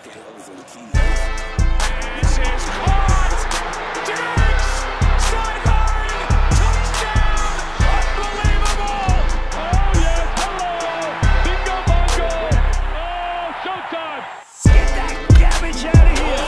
This is caught! Diggs! Sideline! Touchdown! Unbelievable! Oh, yes, hello! Bingo bongo! Oh, showtime! Get that garbage out of here!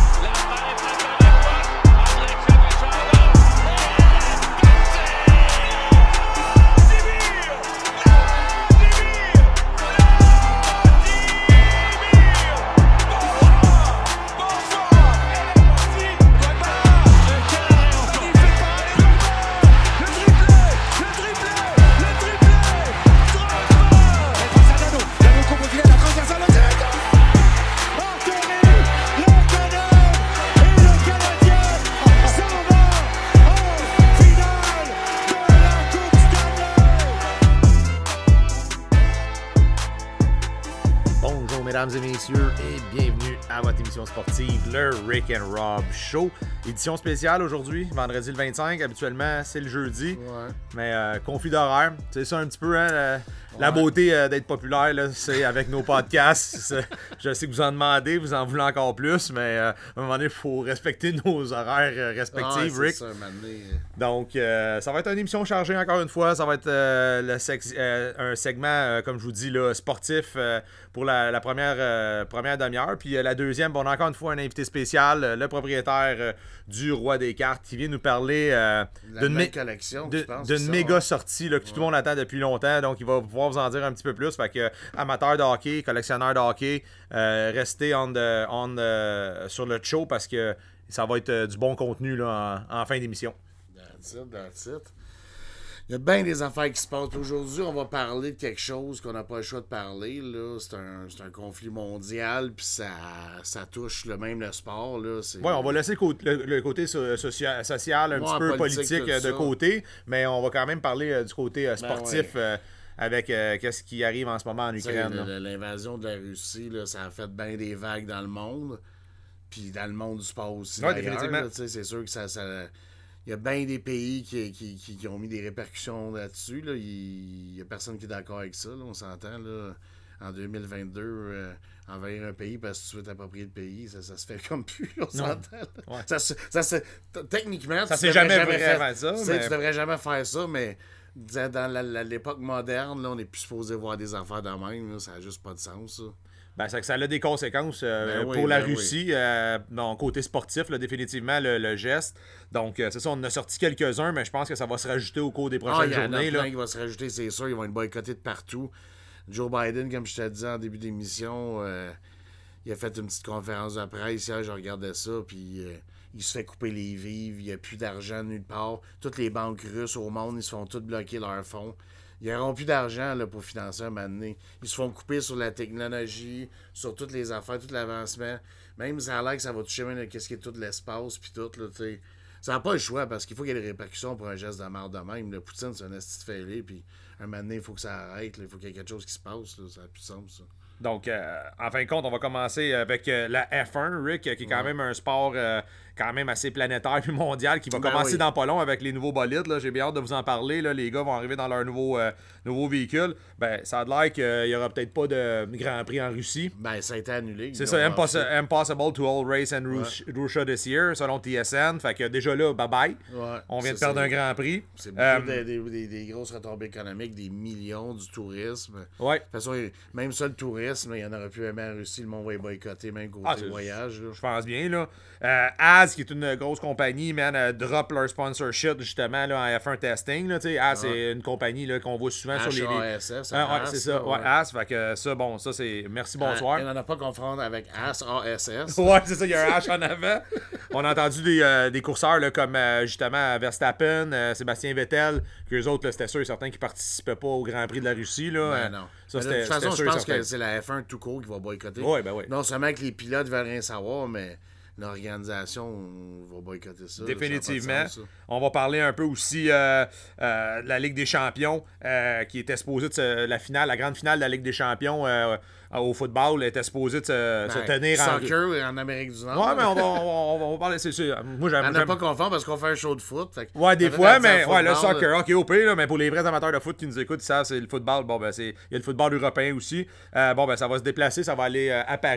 Mesdames et messieurs, et bienvenue à votre émission sportive, le Rick and Rob Show. Édition spéciale aujourd'hui, vendredi le 25. Habituellement, c'est le jeudi. Ouais. Mais conflit d'horaire. C'est ça un petit peu, hein, la beauté d'être populaire, là, c'est avec nos podcasts. Je sais que vous en demandez, vous en voulez encore plus, mais à un moment donné, il faut respecter nos horaires respectifs, Rick. Ça, Donc, ça va être une émission chargée encore une fois. Ça va être un segment, comme je vous dis, là, sportif pour la première demi-heure. Puis la deuxième, on a encore une fois un invité spécial, le propriétaire du Roi des cartes, qui vient nous parler d'une méga sortie là, que tout le monde attend depuis longtemps. Donc, il va pouvoir vous en dire un petit peu plus. Fait que, amateurs de hockey, collectionneurs de hockey, restez sur le show parce que ça va être du bon contenu là, en fin d'émission. That's it. Il y a bien des affaires qui se passent. Aujourd'hui, on va parler de quelque chose qu'on n'a pas le choix de parler. Là. C'est un conflit mondial, puis ça touche même le sport. Là. Oui, on va laisser le côté social, un petit peu politique de côté, mais on va quand même parler du côté sportif avec qu'est-ce qui arrive en ce moment en Ukraine. L'invasion de la Russie, là, ça a fait bien des vagues dans le monde, puis dans le monde du sport aussi. Oui, définitivement. Là, c'est sûr que ça il y a bien des pays qui ont mis des répercussions là-dessus. Là. Il n'y a personne qui est d'accord avec ça. Là. On s'entend, là, en 2022, envahir un pays parce que tu veux t'approprier le pays, ça se fait comme plus. On s'entend. Ouais. Techniquement, ça s'est jamais fait ça. Mais... Tu devrais jamais faire ça, mais dans l'époque moderne, là, on n'est plus supposé voir des affaires de même. Là. Ça n'a juste pas de sens. Ça. Ben, ça a des conséquences pour la Russie. Donc, côté sportif, là, définitivement, le geste. Donc, c'est ça, on en a sorti quelques-uns, mais je pense que ça va se rajouter au cours des prochaines journées. Il y en a plein qui va se rajouter, c'est sûr. Ils vont être boycottés de partout. Joe Biden, comme je te disais en début d'émission, il a fait une petite conférence de presse. Hier, je regardais ça, puis il se fait couper les vivres. Il n'y a plus d'argent nulle part. Toutes les banques russes au monde, ils se font toutes bloquer leurs fonds. Ils n'auront plus d'argent là, pour financer un moment donné. Ils se font couper sur la technologie, sur toutes les affaires, tout l'avancement. Même ça a l'air que ça va toucher même qu'est-ce qui est tout l'espace puis tout. Là, t'sais. Ça n'a pas le choix parce qu'il faut qu'il y ait des répercussions pour un geste de merde de même. Le Poutine, c'est un esti de fêlé, puis un moment donné, il faut que ça arrête. Il faut qu'il y ait quelque chose qui se passe. Là. Ça n'a plus de sens, ça. Donc, en fin de compte, on va commencer avec la F1, Rick, qui est quand même un sport quand même assez planétaire puis mondial, qui va commencer dans pas long avec les nouveaux bolides. Là. J'ai bien hâte de vous en parler. Là. Les gars vont arriver dans leur nouveau véhicule. Ben, ça a l'air qu'il n'y aura peut-être pas de Grand Prix en Russie. Ben, ça a été annulé. C'est ça, impossible to all race in Russia this year, selon TSN. Fait que déjà là, bye-bye. Ouais, on vient de perdre un Grand Prix. C'est beaucoup des grosses retombées économiques, des millions du tourisme. Ouais. De toute façon, même ça, le tourisme, il y en aurait plus aimé en Russie. Le monde va y boycotter, même côté voyage. Je pense bien, là. Az, qui est une grosse compagnie, drop leur sponsorship, justement, là, en F1 testing. Là, Az, c'est une compagnie là, qu'on voit souvent sur les... ASS, c'est ça, AS. Fait que ça, bon, ça, c'est... Merci, bonsoir. On n'en a pas confondre avec ASS. Ouais, c'est ça, il y a un H en avant. On a entendu des courseurs, là, comme, justement, Verstappen, Sébastien Vettel, qu'eux autres, là, c'était sûr et certain qu'ils participaient pas au Grand Prix de la Russie, là. Non. Ça, de toute façon, je pense que c'est la F1 tout court qui va boycotter. Oui, ben oui. Non seulement que les pilotes veulent rien savoir, mais l'organisation va boycotter ça. Définitivement. On va parler un peu aussi de la Ligue des Champions, qui était supposée de la grande finale de la Ligue des Champions au football était supposée de se tenir soccer en Amérique du Nord. Ouais, mais on va parler, c'est sûr. Moi, on n'a pas confondre parce qu'on fait un show de foot. Ouais, des fois, mais ouais, le soccer, ok, au pire, mais pour les vrais amateurs de foot qui nous écoutent, ils savent, c'est le football. Bon, ben, il y a le football européen aussi. Bon, ben, ça va se déplacer, ça va aller à Paris.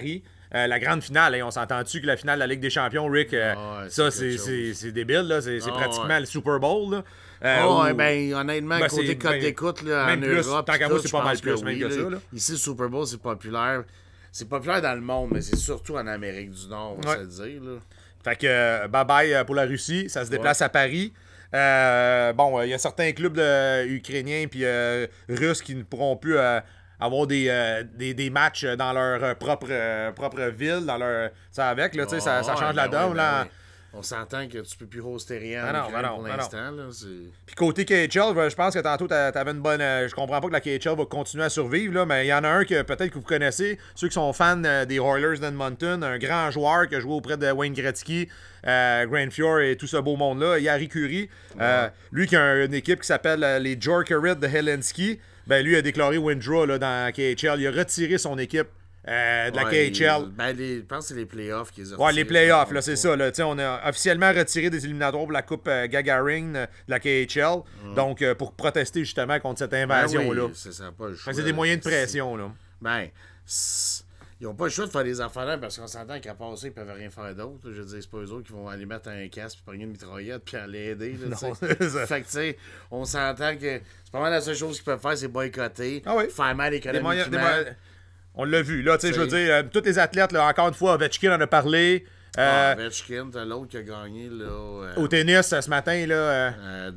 la grande finale, hein, on s'entend-tu que la finale de la Ligue des Champions, Rick, ça, c'est débile, là. C'est pratiquement le Super Bowl, là. Ben, honnêtement, côté code d'écoute, là, en Europe, tant qu'à moi, c'est je pas mal pense plus, que même que ça, là. Ici, le Super Bowl, c'est populaire. C'est populaire dans le monde, mais c'est surtout en Amérique du Nord, on va se le dire, là. Fait que, bye-bye pour la Russie, ça se déplace à Paris. Bon, il y a certains clubs ukrainiens puis russes qui ne pourront plus avoir des matchs dans leur propre ville, dans leur. Ça avec, là, tu sais, ça change la donne, là. Ouais. On s'entend que tu peux plus hoster rien pour l'instant. Là, puis côté KHL, je pense que tantôt, t'avais une bonne. Je comprends pas que la KHL va continuer à survivre, là, mais il y en a un que peut-être que vous connaissez, ceux qui sont fans des Oilers d'Edmonton, un grand joueur qui a joué auprès de Wayne Gretzky, Grand Fjord et tout ce beau monde-là, Jari Kurri. Lui qui a une équipe qui s'appelle les Jokerit de Helsinki. Ben lui a déclaré withdraw là, dans KHL. Il a retiré son équipe de la KHL. Je pense que c'est les playoffs qu'ils ont retirés. Ouais, les playoffs, là, c'est ça. Là, on a officiellement retiré des éliminatoires pour la Coupe Gagarin de la KHL. Donc, pour protester justement contre cette invasion-là. Ça pas le choix. C'est des moyens de pression. Là. Ben, ils n'ont pas le choix de faire des affaires là parce qu'on s'entend qu'à part ça, ils peuvent rien faire d'autre. Je veux dire, c'est pas eux autres qui vont aller mettre un casque, puis prendre une mitraillette, puis aller aider. Là, fait que, tu sais, on s'entend que c'est pas mal la seule chose qu'ils peuvent faire, c'est boycotter, faire mal économiquement. On l'a vu, là, tu sais, je veux dire, tous les athlètes, là, encore une fois, Ovechkin en a parlé. Ovechkin, t'as l'autre qui a gagné, là. Au tennis, ce matin, là.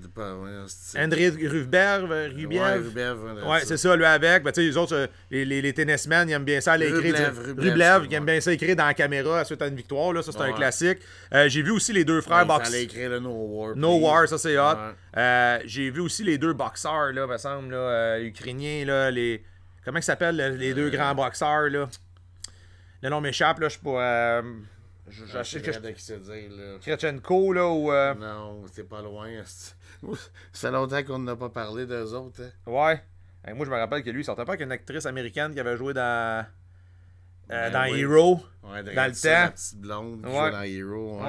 André Rublev. Ouais, c'est ça, lui, avec. Ben, tu sais, les autres, les tennismen, ils aiment bien ça, l'écrire. Rublev, ils aiment bien ça écrire dans la caméra suite à une victoire, là. Ça, c'est un classique. J'ai vu aussi les deux frères boxeurs. Il fallait écrire le No War. No War, ça, c'est hot. J'ai vu aussi les deux boxeurs, là, me semble, là, ukrainiens, là, les. Comment ils s'appellent, les deux grands boxeurs, là? Le nom m'échappe, là, je sais pas... je sais que je... Kretchenko, là, ou... Non, c'est pas loin. Ça fait longtemps qu'on n'a pas parlé d'eux autres. Hein. Ouais. Moi, je me rappelle que lui, il sortait pas avec une actrice américaine qui avait joué dans... dans Hero, ouais, dans le ça, temps. La petite blonde qui joue dans Hero,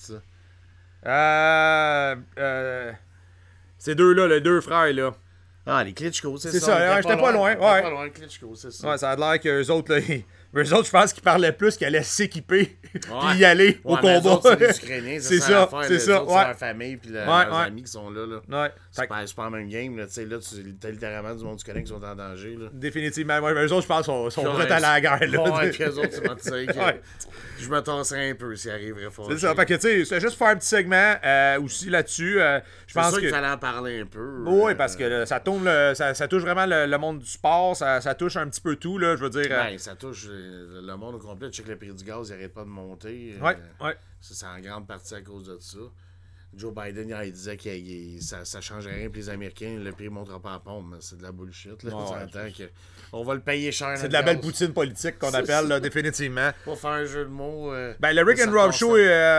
ça. Ces deux-là, les deux frères, là. Ah, les Klitschko, c'est ça. C'est ça, j'étais pas loin. Ouais. Pas loin, Klitschko, c'est ça. Ouais, ça a l'air qu'eux autres, là, eux autres, je pense qu'ils parlaient plus qu'ils allaient s'équiper puis y aller au combat. C'est les Ukrainiens, c'est ça. C'est ça. C'est leur famille puis leurs amis qui sont là. Ouais. C'est pas la même game. Là, tu as littéralement du monde du Québec qui sont en danger. Là. Définitivement. Ouais, eux autres, je pense, sont prêts à la guerre. Là. Ouais, puis eux autres, c'est mentir que je me tasserais un peu s'il arriverait fort. C'est ça. Fait que, tu sais, c'est juste faire un petit segment aussi là-dessus. Je pense qu'il fallait en parler un peu. Oui, parce que là, ça tourne, ça touche vraiment le monde du sport. Ça touche un petit peu tout, là. Je veux dire. Ben, ça touche le monde au complet. Tu sais que le prix du gaz, il arrête pas de monter. Ouais. C'est en grande partie à cause de ça. Joe Biden, il disait que ça ne changerait rien pour les Américains, le prix ne montera pas à pompe, mais c'est de la bullshit. Là. On va le payer cher. C'est de la belle poutine politique qu'on appelle, là, définitivement. Pour faire un jeu de mots. Ben, le Rick and Rob Show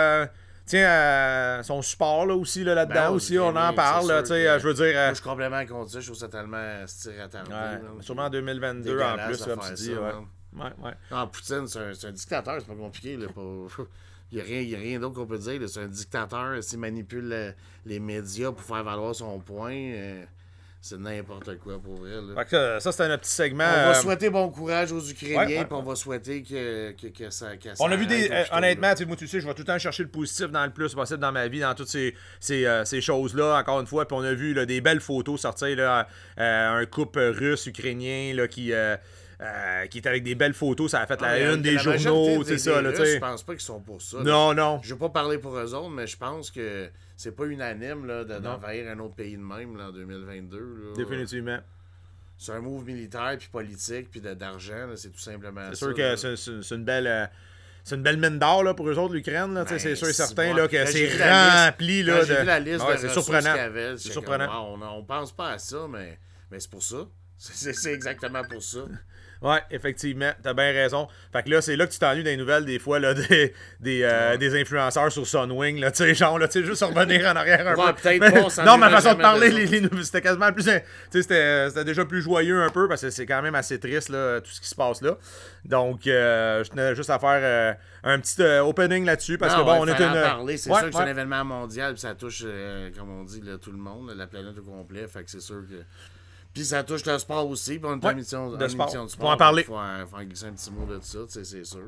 tient son support là, aussi là-dedans aussi, on en parle. Je veux dire. Moi, je suis complètement contre ça, je trouve ça tellement retardé. Sûrement en 2022 en plus, comme tu dis. Ouais. Ah, Poutine, c'est un dictateur, c'est pas compliqué. Là, il n'y a rien d'autre qu'on peut dire. Là. C'est un dictateur. S'il manipule les médias pour faire valoir son point, c'est n'importe quoi pour vrai. Là. Fait que ça, c'était notre petit segment. On va souhaiter bon courage aux Ukrainiens, puis on va souhaiter que ça on a vu honnêtement, moi, tu sais, je vais tout le temps chercher le positif dans le plus possible dans ma vie, dans toutes ces choses-là, encore une fois. Puis on a vu là, des belles photos sortir, là, un couple russe-ukrainien là, qui est avec des belles photos, ça a fait la une des journaux, c'est ça. Là, je pense pas qu'ils sont pour ça. Non. Je vais pas parler pour eux autres, mais je pense que c'est pas unanime là, d'envahir un autre pays de même là, en 2022. Là. Définitivement. C'est un move militaire, puis politique, puis d'argent, là, c'est tout simplement ça. C'est sûr que c'est une belle... C'est une belle mine d'or là, pour eux autres, l'Ukraine. Là, c'est sûr et certain là, que c'est rempli. Là, j'ai vu la liste de ressources qu'il y avait. C'est surprenant. On pense pas à ça, mais c'est pour ça. C'est exactement pour ça. Ouais, effectivement, t'as bien raison. Fait que là, c'est là que tu t'ennuies des nouvelles, des fois, là, des influenceurs sur Sunwing, là, tu sais, genre, là, tu sais, juste revenir en arrière un peu. Peut-être pas. Non, ma façon de parler, les nouvelles, c'était quasiment plus, tu sais, c'était déjà plus joyeux un peu, parce que c'est quand même assez triste, là, tout ce qui se passe là. Donc, je tenais juste à faire un petit opening là-dessus, parce que bon, on est parler. C'est sûr que c'est un événement mondial, puis ça touche, comme on dit, là, tout le monde, la planète au complet, fait que c'est sûr que... Puis ça touche le sport aussi, puis on est en émission de sport. Pour en parler. Faut en glisser un petit mot de ça, c'est sûr.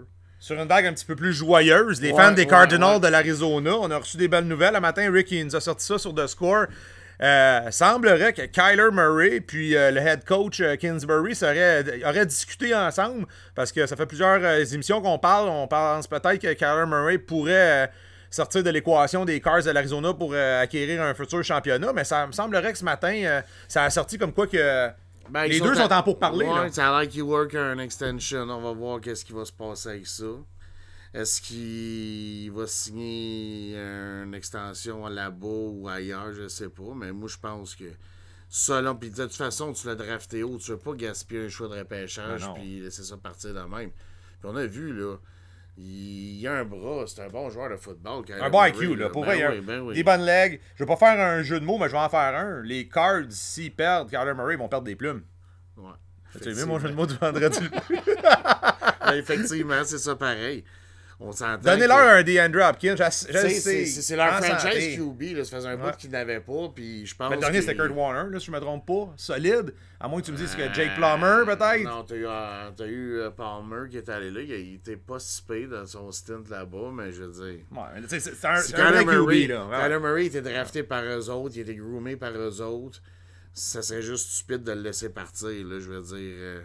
Sur une vague un petit peu plus joyeuse, les fans des Cardinals de l'Arizona, on a reçu des belles nouvelles. Le matin, Rick il nous a sorti ça sur The Score. Semblerait que Kyler Murray puis le head coach Kingsbury auraient discuté ensemble parce que ça fait plusieurs émissions qu'on parle. On pense peut-être que Kyler Murray pourrait sortir de l'équation des Cards de l'Arizona pour acquérir un futur championnat. Mais ça me semblerait que ce matin, ça a sorti comme quoi que les deux sont en pourparlers. Ouais, là. ça a l'air qu'il work un extension. On va voir qu'est-ce qui va se passer avec ça. Est-ce qu'il va signer une extension là-bas ou ailleurs, je sais pas. Mais moi, je pense que selon. Puis de toute façon, tu l'as drafté haut. Tu veux pas gaspiller un choix de repêchage puis laisser ça partir de même. Puis on a vu, là. Il a un bras, c'est un bon joueur de football. Un bon IQ, là. Pour vrai, des bonnes legs. Je vais pas faire un jeu de mots, mais je vais en faire un. Les Cards, s'ils perdent, Kyler Murray, ils vont perdre des plumes. Ouais. Tu as vu mon jeu de mots du vendredi? Effectivement, c'est ça pareil. On s'entend. Donnez-leur un DeAndre Hopkins. C'est leur en franchise santé. QB. Là, ça faisait un bout qu'ils n'avaient pas. Puis je pense. Mais le dernier, c'était Kurt Warner, là, si je me trompe pas. Solide. À moins que tu me dises que Jake Plummer, peut-être. Non, t'as eu Palmer qui est allé là. Il était pas si payé dans son stint là-bas, mais je veux dire. Ouais, c'est un Kyler vrai Murray, QB, là. Ouais. Kyler Murray était drafté par eux autres. Il était groomé par eux autres. Ça serait juste stupide de le laisser partir, là, je veux dire.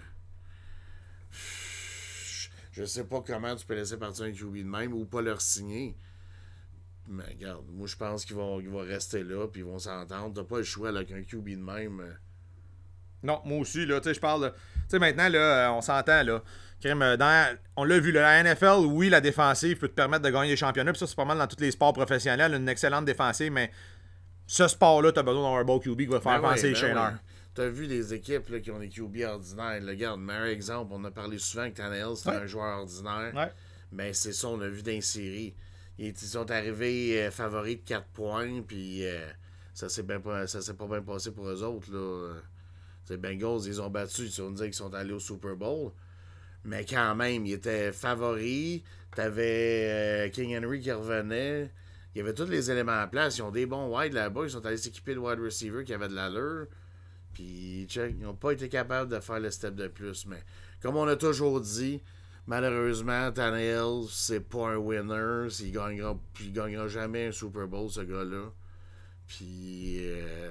Je sais pas comment tu peux laisser partir un QB de même ou pas leur signer. Mais regarde, moi je pense qu'ils vont rester là puis ils vont s'entendre. T'as pas le choix là, avec un QB de même. Non, moi aussi, là, tu sais, je parle. Tu sais, maintenant, là, on s'entend, là. On l'a vu, là, la NFL, oui, la défensive peut te permettre de gagner des championnats, puis ça, c'est pas mal dans tous les sports professionnels, une excellente défensive, mais ce sport-là, t'as besoin d'avoir un bon QB qui va te faire avancer les chaîneurs. T'as vu des équipes là, qui ont des QB ordinaires. Là, regarde, meilleur exemple, on a parlé souvent que Tannehill, c'était un joueur ordinaire. Ouais. Mais c'est ça, on a vu dans les séries. Ils sont arrivés favoris de 4 points, puis ça s'est pas bien passé pour eux autres. Là. Les Bengals, ils ont battu, ils ont dit qu'ils sont allés au Super Bowl. Mais quand même, ils étaient favoris. T'avais King Henry qui revenait. Il y avait tous les éléments en place. Ils ont des bons wide là-bas. Ils sont allés s'équiper de wide receiver qui avait de l'allure. Puis, check, ils n'ont pas été capables de faire le step de plus. Mais, comme on a toujours dit, malheureusement, Tannehill, c'est pas un winner. Il gagnera jamais un Super Bowl, ce gars-là. Puis,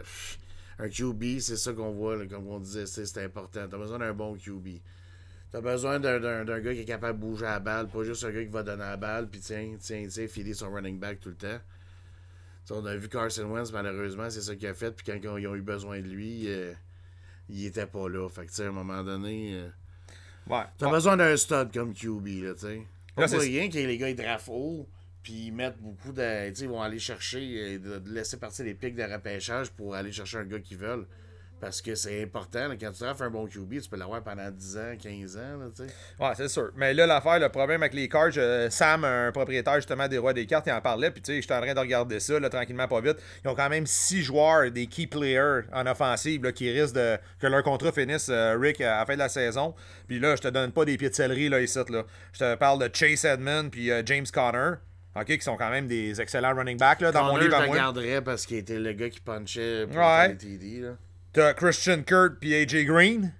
un QB, c'est ça qu'on voit, là, comme on disait, c'est important. T'as besoin d'un bon QB. T'as besoin d'un gars qui est capable de bouger la balle, pas juste un gars qui va donner la balle, puis tiens, filer son running back tout le temps. T'sais, on a vu Carson Wentz, malheureusement, c'est ça qu'il a fait, puis quand ils ont eu besoin de lui, il était pas là. Fait que, tu sais, à un moment donné, t'as besoin d'un stud comme QB, là, tu sais. Pas pour rien que les gars, ils draftent haut, puis ils mettent beaucoup de. Tu sais, ils vont aller chercher, de laisser partir les pics de repêchage pour aller chercher un gars qu'ils veulent. Parce que c'est important, là, quand tu draftes un bon QB, tu peux l'avoir pendant 10 ans, 15 ans, là, tu sais. Ouais, c'est sûr. Mais là, l'affaire, le problème avec les Cards, Sam, un propriétaire justement des Rois des Cartes, il en parlait, puis tu sais, j'étais en train de regarder ça, là, tranquillement, pas vite. Ils ont quand même 6 joueurs, des key players en offensive, là, qui risquent que leur contrat finisse, Rick, à la fin de la saison. Puis là, je te donne pas des pieds de céleri, là, ici, là. Je te parle de Chase Edmonds, puis James Conner. OK, qui sont quand même des excellents running backs, là, dans mon livre à moi. Je le garderais parce qu'il était le gars qui punchait pour les TD, là. T'as Christian Kirk puis AJ Green.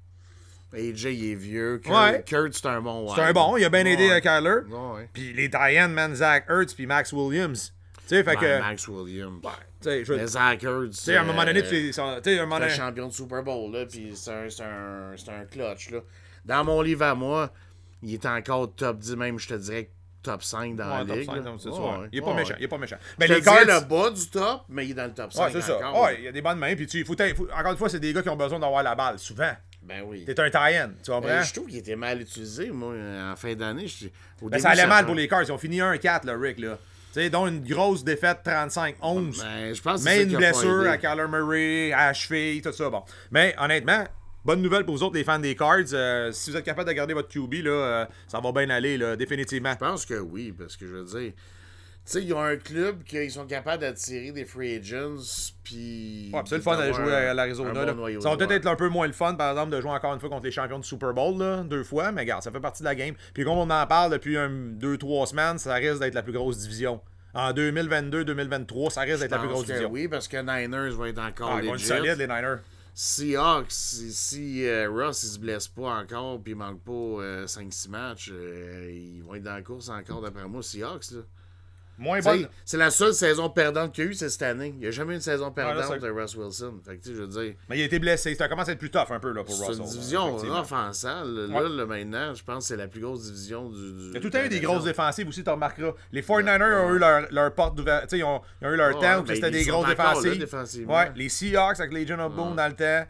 AJ, il est vieux. Ouais. Kurt, c'est un bon. C'est un bon, il a bien aidé Kyler. Ouais. Puis les Diane, man, Zach Ertz puis Max Williams. Tu sais, fait que. Max Williams. Mais Zach Ertz. Tu sais, à un moment donné, c'est un champion de Super Bowl, là. Puis c'est un clutch, là. Dans mon livre à moi, il est encore top 10, même, je te dirais, top 5 dans la ligue. 5, c'est il est pas méchant, il est pas méchant. Mais les Cards, le bas du top, mais il est dans le top 5 ouais, c'est encore. Ça. Ouais, il y a des bonnes mains, puis encore une fois, c'est des gars qui ont besoin d'avoir la balle, souvent. Ben oui. T'es un tie-in, tu comprends? Je trouve qu'il était mal utilisé, moi, en fin d'année. Ça allait mal pour les Cards, ils ont fini 1-4, là, Rick, là. Tu sais, dont une grosse défaite 35-11. Ben, je pense que mais une blessure à Kyler Murray, à la cheville, tout ça, bon. Mais honnêtement, bonne nouvelle pour vous autres, les fans des Cards. Si vous êtes capable de garder votre QB, là, ça va bien aller, là, définitivement. Je pense que oui, parce que je veux dire, tu sais, ils ont un club qu'ils sont capables d'attirer des free agents, puis. Ouais, c'est le fun d'aller jouer à l'Arizona. Bon ça va peut-être être un peu moins le fun, par exemple, de jouer encore une fois contre les champions de Super Bowl, là, 2 fois, mais regarde, ça fait partie de la game. Puis comme on en parle depuis 2-3 semaines, ça risque d'être la plus grosse division. En 2022-2023, ça risque d'être la plus grosse division. Oui, parce que Niners vont être encore ils vont être solides, les Niners. Seahawks, si Ross il se blesse pas encore puis il manque pas 5-6 matchs, ils vont être dans la course encore d'après moi, Seahawks. Là. Moins bonne. C'est la seule saison perdante qu'il y a eu cette année. Il n'y a jamais eu une saison perdante là, de Russ Wilson. Fait que, je veux dire, Mais il a été blessé. Ça commence à être plus tough un peu là, pour c'est Russell. une division effectivement. offensale. Là, maintenant, je pense que c'est la plus grosse division du Il y a tout le temps eu des de la grosses raison. défensives aussi, tu remarqueras. Les 49ers ont eu leur porte d'ouverture. Ils ont eu leur Ouais, temps où mais c'était ils des sont grosses encore là, défensives. défensivement. Ouais, les Seahawks avec les Legion of Boom dans le temps.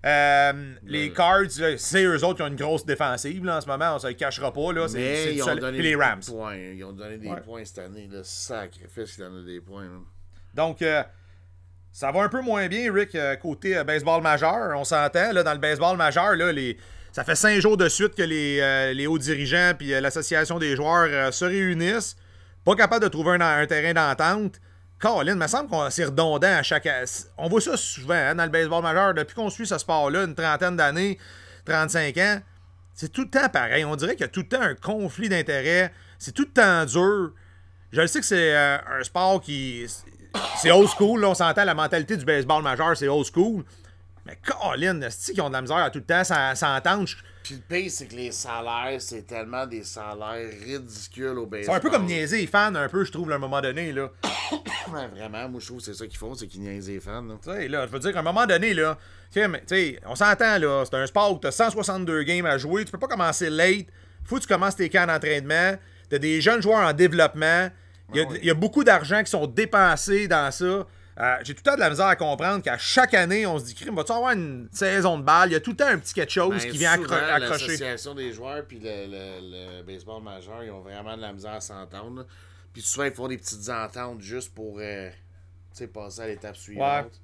Les Cards, là, c'est eux autres qui ont une grosse défensive là, en ce moment, on se le cachera pas. Là, Mais ils ont donné Puis les Rams. des points. Ils ont donné des Ouais. points cette année. Là. Sacrifice qu'il en a des points. Là. Donc, ça va un peu moins bien, Rick, côté baseball majeur. On s'entend, là, dans le baseball majeur, là, ça fait 5 jours de suite que les hauts dirigeants et l'association des joueurs se réunissent. Pas capable de trouver un terrain d'entente. Colin, il me semble qu'on c'est redondant à chaque... On voit ça souvent hein, dans le baseball majeur. Depuis qu'on suit ce sport-là, une trentaine d'années, 35 ans, c'est tout le temps pareil. On dirait qu'il y a tout le temps un conflit d'intérêts. C'est tout le temps dur. Je le sais que c'est un sport qui... C'est old school, là, on s'entend, la mentalité du baseball majeur, c'est old school. Mais Colin, c'est qu'ils ont de la misère à tout le temps s'entendre. Puis le pire, c'est que les salaires, c'est tellement des salaires ridicules au baseball. C'est un peu comme niaiser les fans, un peu, je trouve, à un moment donné, là. Ouais, vraiment, moi je trouve que c'est ça qu'ils font, c'est qu'ils niaisent les fans. Là. Tu sais, là, je veux dire, à un moment donné, là, tu sais, on s'entend, là, c'est un sport où tu as 162 games à jouer, tu peux pas commencer late, faut que tu commences tes camps d'entraînement, tu as des jeunes joueurs en développement, il y a beaucoup d'argent qui sont dépensés dans ça. J'ai tout le temps de la misère à comprendre qu'à chaque année, on se dit, crime, vas-tu avoir une saison de balle? Il y a tout le temps un petit quelque chose qui vient souvent, accrocher. L'association des joueurs puis le baseball majeur, ils ont vraiment de la misère à s'entendre. Là. Puis souvent, ils font des petites ententes juste pour passer à l'étape suivante. Ouais.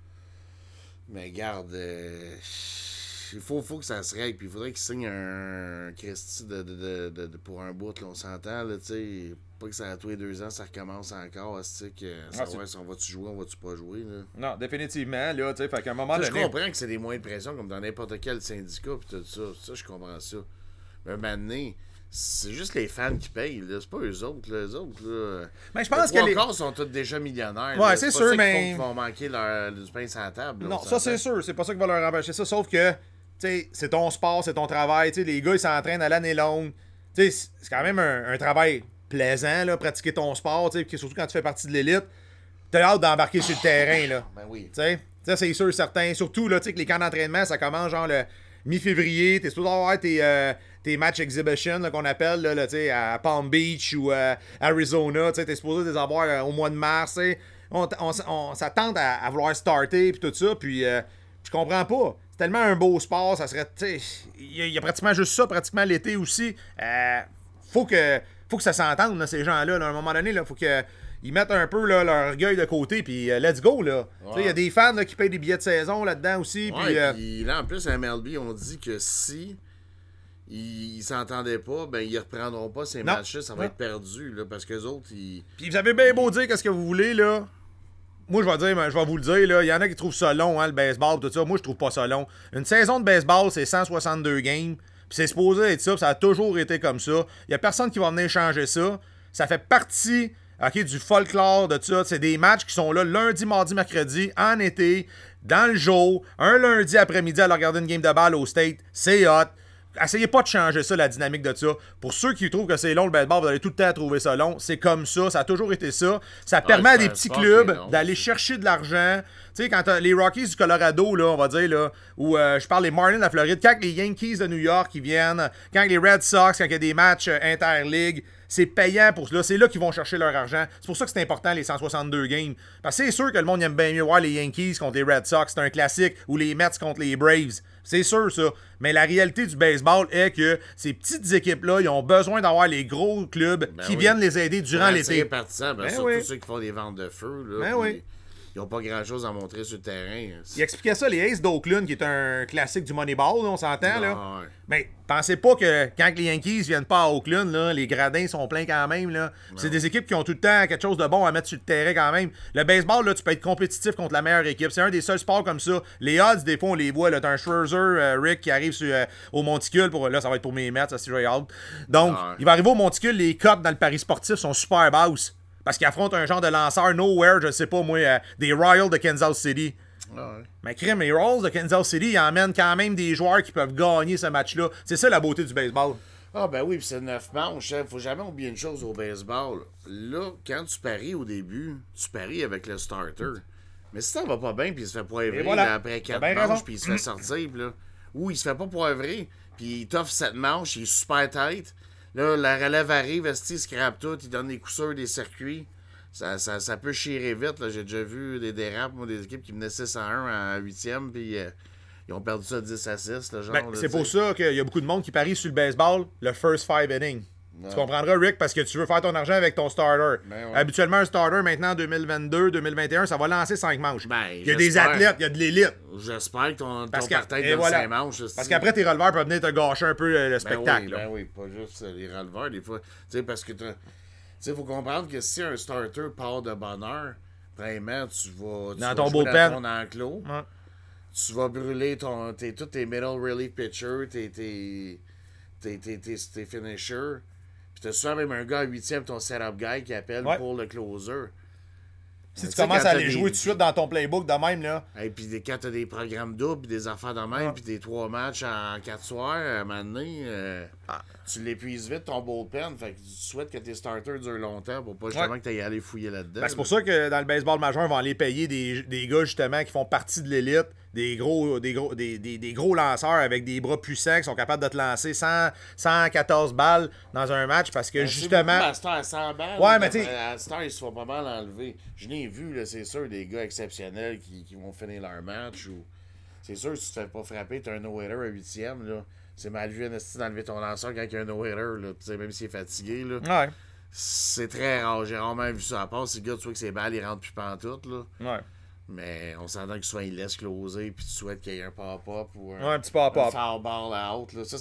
Mais garde, il faut que ça se règle. Puis il faudrait qu'ils signent un Christy pour un bout, là, on s'entend. Là, t'sais, pas que ça à tous les 2 ans, ça recommence encore. Savoir si on va-tu jouer, on va-tu pas jouer. Là. Non, définitivement, là, tu sais, fait qu'à un moment Je donné... comprends que c'est des moyens de pression comme dans n'importe quel syndicat pis tout ça. Ça, je comprends ça. Mais maintenant, c'est juste les fans qui payent, là. C'est pas eux autres, là. Eux autres, là. Mais je pense les que les... trois quarts sont tous déjà millionnaires. Ouais, là. c'est pas sûr, ça mais- qu'ils vont manquer du pain sur la table. Là, Non, on ça c'est s'entend. sûr, c'est pas ça qui va leur empêcher ça, sauf que, tu sais, c'est ton sport, c'est ton travail, tu sais, les gars, ils s'entraînent à l'année longue. Tu sais, c'est quand même un travail plaisant, là, pratiquer ton sport, tu sais, surtout quand tu fais partie de l'élite. T'as hâte d'embarquer sur le terrain, là. Ben oui. Tu sais, ça c'est sûr, certain. Surtout, là, tu sais, que les camps d'entraînement, ça commence genre le mi-février. T'es supposé avoir tes matchs exhibition, là, qu'on appelle, là, tu sais, à Palm Beach ou Arizona. Tu sais, t'es supposé les avoir au mois de mars, tu sais. On s'attend à vouloir starter, puis tout ça, puis je comprends pas. C'est tellement un beau sport, ça serait, tu sais, il y a pratiquement juste ça, pratiquement l'été aussi. Faut que ça s'entende, là, ces gens-là, là, à un moment donné, là, faut que ils mettent un peu là, leur orgueil de côté, puis let's go, là. Tu sais, il y a des fans là, qui payent des billets de saison là-dedans aussi, puis... Ouais, puis là, en plus, à MLB, on dit que si ils s'entendaient pas, ben ils reprendront pas ces Non. matchs-là, ça va Non. être perdu, là, parce que les autres, ils... Puis vous avez bien beau dire qu'est-ce que vous voulez, là. Moi, je vais vous le dire, là. Il y en a qui trouvent ça long, hein, le baseball, tout ça. Moi, je trouve pas ça long. Une saison de baseball, c'est 162 games. Puis c'est supposé être ça, puis ça a toujours été comme ça. Il y a personne qui va venir changer ça. Ça fait partie, OK, du folklore de ça. C'est des matchs qui sont là lundi, mardi, mercredi, en été, dans le jour, un lundi après-midi à aller regarder une game de balle au State. C'est hot. Essayez pas de changer ça, la dynamique de ça. Pour ceux qui trouvent que c'est long, le baseball, vous allez tout le temps trouver ça long. C'est comme ça, ça a toujours été ça. Ça permet à c'est des un petits sport clubs qui est long, d'aller chercher de l'argent. Tu sais, quand t'as les Rockies du Colorado, là, on va dire, là, ou je parle des Marlins de la Floride, quand les Yankees de New York ils viennent, quand les Red Sox, quand il y a des matchs inter-league, c'est payant pour cela. C'est là qu'ils vont chercher leur argent. C'est pour ça que c'est important, les 162 games. Parce que c'est sûr que le monde aime bien mieux voir les Yankees contre les Red Sox, c'est un classique, ou les Mets contre les Braves. C'est sûr, ça. Mais la réalité du baseball est que ces petites équipes-là, ils ont besoin d'avoir les gros clubs qui oui. viennent les aider durant l'été. Les partisans, ben, Ben surtout oui. ceux qui font des ventes de feu, là, Ben puis oui. ils n'ont pas grand-chose à montrer sur le terrain. Il expliquait ça, les Aces d'Oakland, qui est un classique du Moneyball, là, on s'entend, là. Ouais. Mais pensez pas que quand les Yankees viennent pas à Oakland, là, les gradins sont pleins quand même. Là. C'est des équipes qui ont tout le temps quelque chose de bon à mettre sur le terrain quand même. Le baseball, là, tu peux être compétitif contre la meilleure équipe. C'est un des seuls sports comme ça. Les odds, des fois, on les voit. Là, t'as un Scherzer, Rick, qui arrive au Monticule. Là, ça va être pour mes Mets, ça, c'est hâte. Donc, Ouais. il va arriver au Monticule. Les cotes dans le pari sportif sont super basses. Parce qu'ils affrontent un genre de lanceur nowhere, je sais pas moi, des Royals de Kansas City. Ouais. Mais crime, les Rolls de Kansas City, ils emmènent quand même des joueurs qui peuvent gagner ce match-là. C'est ça la beauté du baseball. Ah ben oui, puis c'est 9 manches. Faut jamais oublier une chose au baseball. Là, quand tu paries au début, tu paries avec le starter. Mais si ça va pas bien, puis il se fait poivrer voilà. après 4 T'as bien manches, raison. puis il se fait sortir, puis là, ou il se fait pas poivrer, puis il t'offre 7 manches, il est super tête. Là, la relève arrive, il scrape tout, il donne des coups sûrs, des circuits. Ça peut chier vite. Là. J'ai déjà vu des dérapes, moi, des équipes qui menaient 6-1 en 8e, puis ils ont perdu ça 10-6. Là, genre, Ben, là, c'est pour ça qu'il y a beaucoup de monde qui parie sur le baseball, le first 5 innings. Tu comprendras, Rick, parce que tu veux faire ton argent avec ton starter. Ben ouais. Habituellement, un starter, maintenant, en 2022-2021, ça va lancer 5 manches. Ben, il y a des j'espère. athlètes, il y a de l'élite. J'espère que ton Parce que- partenaire et donne voilà. 5 manches. Parce qu'après, tes releveurs peuvent venir te gâcher un peu le Ben spectacle. oui, là. ben oui, pas juste les releveurs, des fois. Tu sais, parce que tu sais, faut comprendre que si un starter part de bonne heure, premièrement, tu vas Dans ton jouer bullpen. dans ton enclos. Ouais. Tu vas brûler tous tes middle relief pitchers, tes finishers. Puis t'as souvent même un gars à 8e, ton setup guy qui appelle Ouais. pour le closer. Si Mais tu tu sais, commences quand à t'as les des- jouer tout de suite dans ton playbook de même, là. Et puis quand t'as des programmes doubles, puis des affaires de même, Ouais. puis des 3 matchs en 4 soirs, à un moment donné, tu l'épuises vite ton bullpen. Fait que tu souhaites que tes starters durent longtemps pour pas justement Ouais. que t'ailles aller fouiller là-dedans. Ben, c'est pour ça que dans le baseball majeur, on va aller payer des gars justement qui font partie de l'élite, des gros lanceurs avec des bras puissants qui sont capables de te lancer 114 balles dans un match parce que Ben, justement. C'est à Star à 100 balles. Ouais, mais t'sais- À Star, ils se font pas mal enlever. Je n'ai vu, là, c'est sûr, des gars exceptionnels qui vont finir leur match. Ou... C'est sûr, si tu te fais pas frapper, t'as un no-hitter à 8e. Là. C'est mal vu d'enlever ton lanceur quand il y a un no-hitter. Là. T'sais, même s'il est fatigué. Là. Ouais. C'est très rare. J'ai rarement vu ça. À part si le gars, tu vois que ses balles, ils rentrent plus pantoute. Là. Ouais. Mais on s'entend que souvent, il laisse closer. Puis tu souhaites qu'il y ait un pop-up ou Ouais, un petit pop-up. un foul ball out. Là. Ça,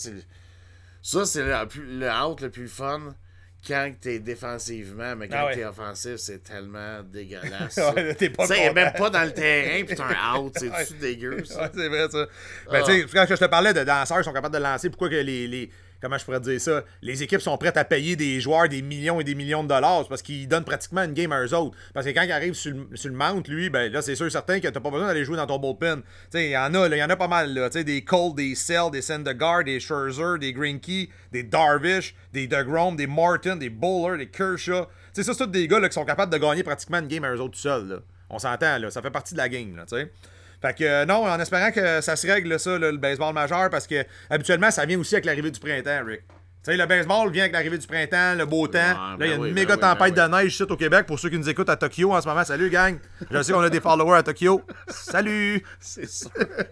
c'est le out le plus fun quand t'es défensivement. Mais quand Ah ouais. t'es offensif, c'est tellement dégueulasse. Ouais, là, t'es pas Tu sais, il est content. même pas dans le terrain, puis t'as un out. C'est-tu dégueu, ça? Ouais, c'est vrai, ça. Ben, tu sais, quand je te parlais de danseurs qui sont capables de lancer, pourquoi que les comment je pourrais dire ça? Les équipes sont prêtes à payer des joueurs des millions et des millions de dollars. C'est parce qu'ils donnent pratiquement une game à eux autres. Parce que quand il arrive sur le mount, lui, ben là, c'est sûr certain que t'as pas besoin d'aller jouer dans ton bullpen. Tu sais, il y en a pas mal, là. Tu sais, des Cole, des Sell, des Syndergaard, des Scherzer, des Greinke, des Darvish, des DeGrom, des Martin, des Bowler, des Kershaw. Tu sais, ça, c'est tous des gars là, qui sont capables de gagner pratiquement une game à eux autres tout seuls, là. On s'entend, là. Ça fait partie de la game, là, tu sais. Fait que non, en espérant que ça se règle, ça, là, le baseball majeur, parce que habituellement, ça vient aussi avec l'arrivée du printemps, Rick. Tu sais, le baseball vient avec l'arrivée du printemps, le beau temps. Là, il y a une méga tempête de neige ici au Québec pour ceux qui nous écoutent à Tokyo en ce moment. Salut, gang! Je sais qu'on a des followers à Tokyo. Salut! C'est ça.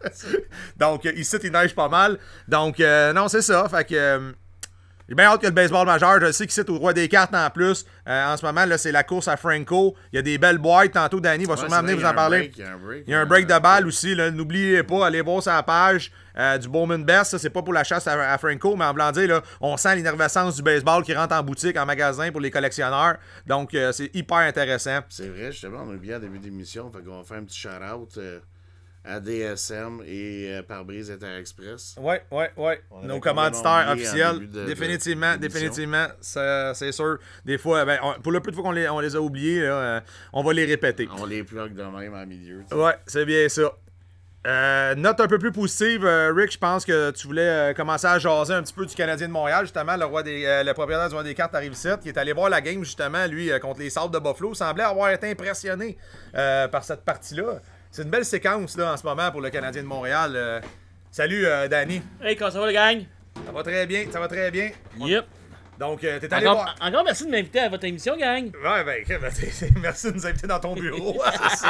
Donc, ici, il neige pas mal. Donc, non, c'est ça. Fait que j'ai bien hâte que le baseball majeur, je sais qu'ici, au Roi des cartes en plus, en ce moment, là, c'est la course à Franco. Il y a des belles boîtes. Tantôt, Danny va sûrement venir vous en parler. Il y a un break de balle aussi. Là. N'oubliez pas, allez voir sa page du Bowman Best. Ça, c'est pas pour la chasse à Franco, mais en blanc dire, là, on sent l'ineffervescence du baseball qui rentre en boutique, en magasin pour les collectionneurs. Donc, c'est hyper intéressant. C'est vrai, justement, on a oublié en début d'émission. Fait qu'on va faire un petit shout-out à DSM et Pare-Brise Interexpress. Ouais. avait Nos complètement commanditaires oublié en officiels, début de définitivement, c'est sûr. Des fois, ben, pour le peu de fois qu'on les a oubliés, là, on va les répéter. On les plug de même en milieu. t'sais. Ouais, c'est bien ça. Note un peu plus positive, Rick, je pense que tu voulais commencer à jaser un petit peu du Canadien de Montréal, justement, le propriétaire du Roi des cartes arrive ici, qui est allé voir la game, justement, lui, contre les Sabres de Buffalo, semblait avoir été impressionné par cette partie-là. C'est une belle séquence, là, en ce moment, pour le Canadien de Montréal. Salut, Danny. Hey, comment ça va, les gang? Ça va très bien, Yep. Donc, t'es allé voir... Encore merci de m'inviter à votre émission, gang. Ouais, ben, merci de nous inviter dans ton bureau.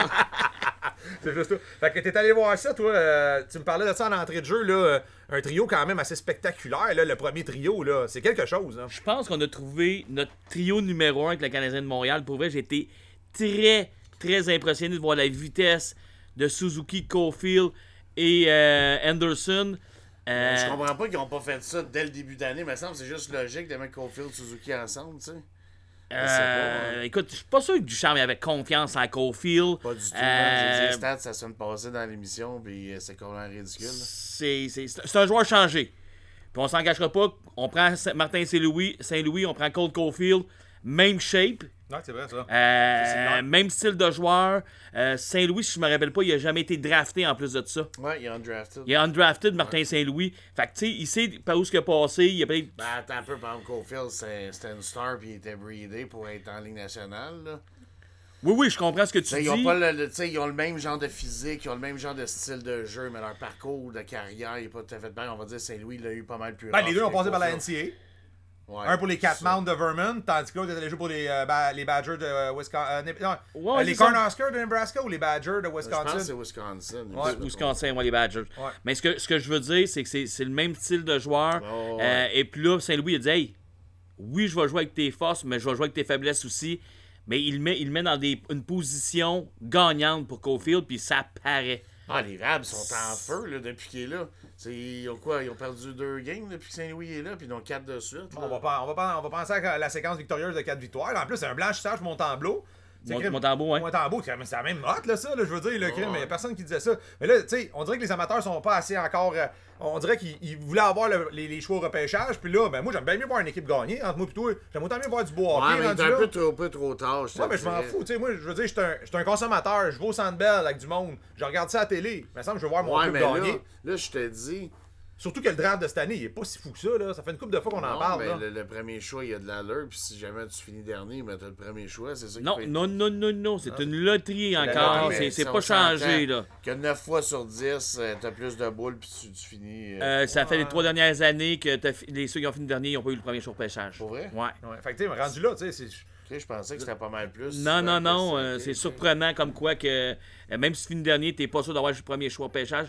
C'est juste ça. Fait que t'es allé voir ça, toi. Tu me parlais de ça en entrée de jeu, là. Un trio quand même assez spectaculaire, là. Le premier trio, là. C'est quelque chose, hein. Je pense qu'on a trouvé notre trio numéro 1 avec le Canadien de Montréal. Pour vrai, j'ai été très, très impressionné de voir la vitesse de Suzuki, Caulfield et Anderson. Je comprends pas qu'ils ont pas fait ça dès le début d'année. Mais ça me semble que c'est juste logique de mettre Caulfield et Suzuki ensemble, tu sais. Écoute, je suis pas sûr que Ducharme avait confiance en Caulfield. Pas du tout. J'ai dit les stats, ça se passé dans l'émission, puis c'est complètement ridicule. C'est un joueur changé. Puis on s'en cachera pas. On prend Martin Saint-Louis, on prend Cole Caulfield, même shape, Ouais, c'est vrai, ça. Euh, même style de joueur. Saint-Louis, si je me rappelle pas, il a jamais été drafté en plus de ça. Ouais, il est undrafted. Il est undrafted, Martin Saint-Louis. Fait que, tu sais, il sait par où ce qu'il a passé. Il a peut-être. Ben, attends un peu, par exemple, Caulfield, c'était une star puis il était breedé pour être en Ligue nationale. Là. Oui, je comprends ce que tu T'sais, dis. ils ont le même genre de physique, ils ont le même genre de style de jeu, mais leur parcours de carrière, il n'est pas tout à fait bien. On va dire Saint-Louis, il l'a eu pas mal plus Ben, rough les deux ont que passé par la Caulfield. NCA. Ouais, Un pour les c'est 4 ça. Mounts de Vermont, tandis que l'autre était allé jouer pour les Badgers de Wisconsin. Ouais, les c'est ça. Cornhuskers de Nebraska ou les Badgers de Je pense que Wisconsin? c'est Wisconsin. Ouais, Wisconsin, les Badgers. Ouais. Mais ce que je veux dire, c'est que c'est le même style de joueur. Oh, ouais. Et puis là, Saint-Louis a dit hey, oui, je vais jouer avec tes forces, mais je vais jouer avec tes faiblesses aussi. Mais il le met dans une position gagnante pour Caulfield, puis ça paraît. Ah, les Rabs sont en feu là, depuis qu'il est là. Ils ont quoi? Ils ont perdu 2 games depuis que Saint-Louis est là, puis ils ont 4 de suite. On va penser à la séquence victorieuse de 4 victoires. En plus, c'est un blanchissage Montembeau. Montembeau, ouais. Montembeau, c'est la même note, là, ça, là, je veux dire, le crime. Il n'y a personne qui disait ça. Mais là, tu sais, on dirait que les amateurs sont pas assez encore. On dirait qu'ils voulaient avoir les choix au repêchage. Puis là, ben moi, j'aime bien mieux voir une équipe gagner. Entre moi et toi, j'aime autant mieux voir du bois. Ouais, mais il est un peu trop tard. Ouais, mais je m'en fous. Tu sais, moi, je veux dire, je suis un consommateur. Je vais au Centre Bell avec du monde. Je regarde ça à la télé. Il me semble que je veux voir mon Ouais, club mais gagner. là, je te dis. Surtout que le draft de cette année, il est pas si fou que ça, là. Ça fait une couple de fois qu'on en Non, parle, mais là. le premier choix, il y a de l'allure. Puis si jamais tu finis dernier, ben t'as le premier choix. C'est ça qui Non, peut être- non. C'est une loterie la encore. loterie, mais C'est si pas on changé, s'entend là. Que 9 fois sur 10, t'as plus de boules, puis tu finis. Ça fait les 3 dernières années que ceux qui ont fini dernier, ils n'ont pas eu le premier choix de pêchage. Pour vrai? Ouais. Ouais, fait que, tu sais, rendu là, tu sais, c'est. Ok, je pensais que c'était pas mal plus. Non, Ok, c'est ok. surprenant comme quoi que même si tu finis dernier, t'es pas sûr d'avoir le premier choix de pêchage.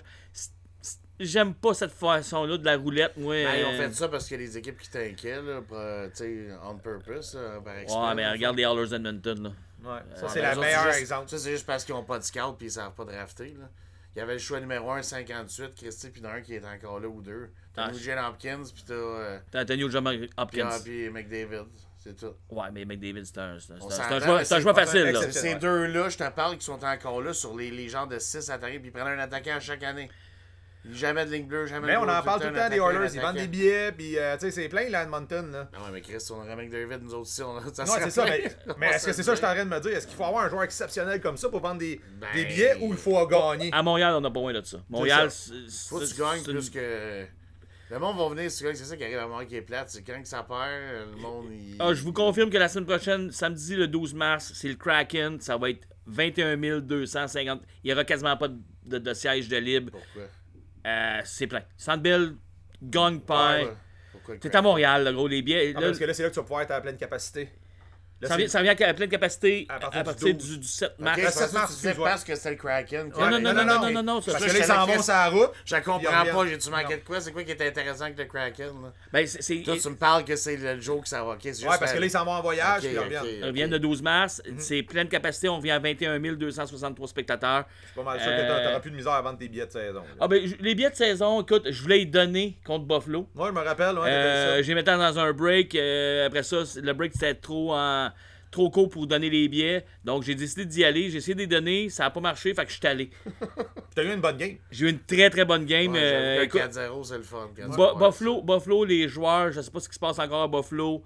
J'aime pas cette façon-là de la roulette, moi. Ben, ils ont fait ça parce qu'il y a des équipes qui t'inquiètent, là, tu sais, on purpose, par exprès. Ouais, mais là. regarde les Hallers Edmonton, là. Ouais, ça, Ouais, c'est mais le eux autres, meilleur juste- exemple. Ça, c'est juste parce qu'ils n'ont pas de scout puis ils savent pas drafter, là. Il y avait le choix numéro 1, 58, Christy, puis un qui est encore là ou deux. T'as Ah, Nugent Hopkins, puis t'as T'as Antonio Jamal Hopkins. puis McDavid. C'est tout. Ouais, mais McDavid, c'est un On choix, s'entend, c'est un mais choix c'est- facile, là. c'est- C'est ces deux-là, je te parle, qui sont encore là sur les genres de 6 attaquants, puis ils prennent un attaquant à chaque année. Jamais de ligne bleue, jamais Mais de on bleu, en parle tout le temps un des attaquant, Oilers. un Ils vendent des attaquant. billets, puis, tu sais, c'est plein, là, Edmonton, là. Ah ouais, mais Chris, on aurait McDavid, nous autres aussi, on a... Non, c'est ça, mais est-ce que c'est ça que je suis en train de me dire? Est-ce qu'il faut avoir un joueur exceptionnel comme ça pour vendre des billets ou il faut gagner? À Montréal, on n'a pas loin de ça. Montréal, Faut que tu gagnes plus que... Le monde va venir, c'est ça qui arrive à Montréal qui est plate, c'est quand que ça perd, le monde, il... Ah, je vous confirme que la semaine prochaine, samedi le 12 mars, c'est le Kraken. Ça va être 21 250. Il n'y aura quasiment pas de siège de libre. Pourquoi? C'est plein. Centre Bell gagne pas. Ouais, pourquoi le T'es à Kraken? Montréal, là, gros, les billets. Ah, là, parce que là, c'est là que tu vas pouvoir être à pleine capacité. Là, ça, c'est- vient à pleine capacité À à partir partir, du 12. du 7 Ok, mars. je Le pensais 7 que mars, tu disais excuse-moi. parce que c'était le Kraken. Non, non, non, c'est Parce ça, que là, ils je s'en te vont sur la route. Je Ils comprends reviennent. pas, j'ai-tu manqué Non. de quoi? C'est quoi qui est intéressant avec le Kraken, là? Ben, c'est, Toi, tu me parles que c'est le jour que ça va. Ok, c'est juste Ouais, parce que là, ils s'en vont en voyage, Ok, puis ils ok, reviennent. Ils reviennent le 12 mars. C'est pleine capacité. On vient à 21 263 spectateurs. C'est pas mal sûr que t'auras plus de misère à vendre tes billets de saison. là. Ah ben, les billets de saison, écoute, je voulais y donner contre Buffalo. Moi, je me rappelle, ouais, t'avais dit ça. J'ai mis dans un break. Après ça, le break c'était trop court pour donner les billets. Donc j'ai décidé d'y aller. J'ai essayé de les donner. Ça n'a pas marché. Fait que je suis allé. Puis t'as eu une bonne game. J'ai eu une très très bonne game. Ouais, j'avoue que Écoute, 4-0, c'est le fun. Buffalo, les joueurs, je sais pas ce qui se passe encore à Buffalo.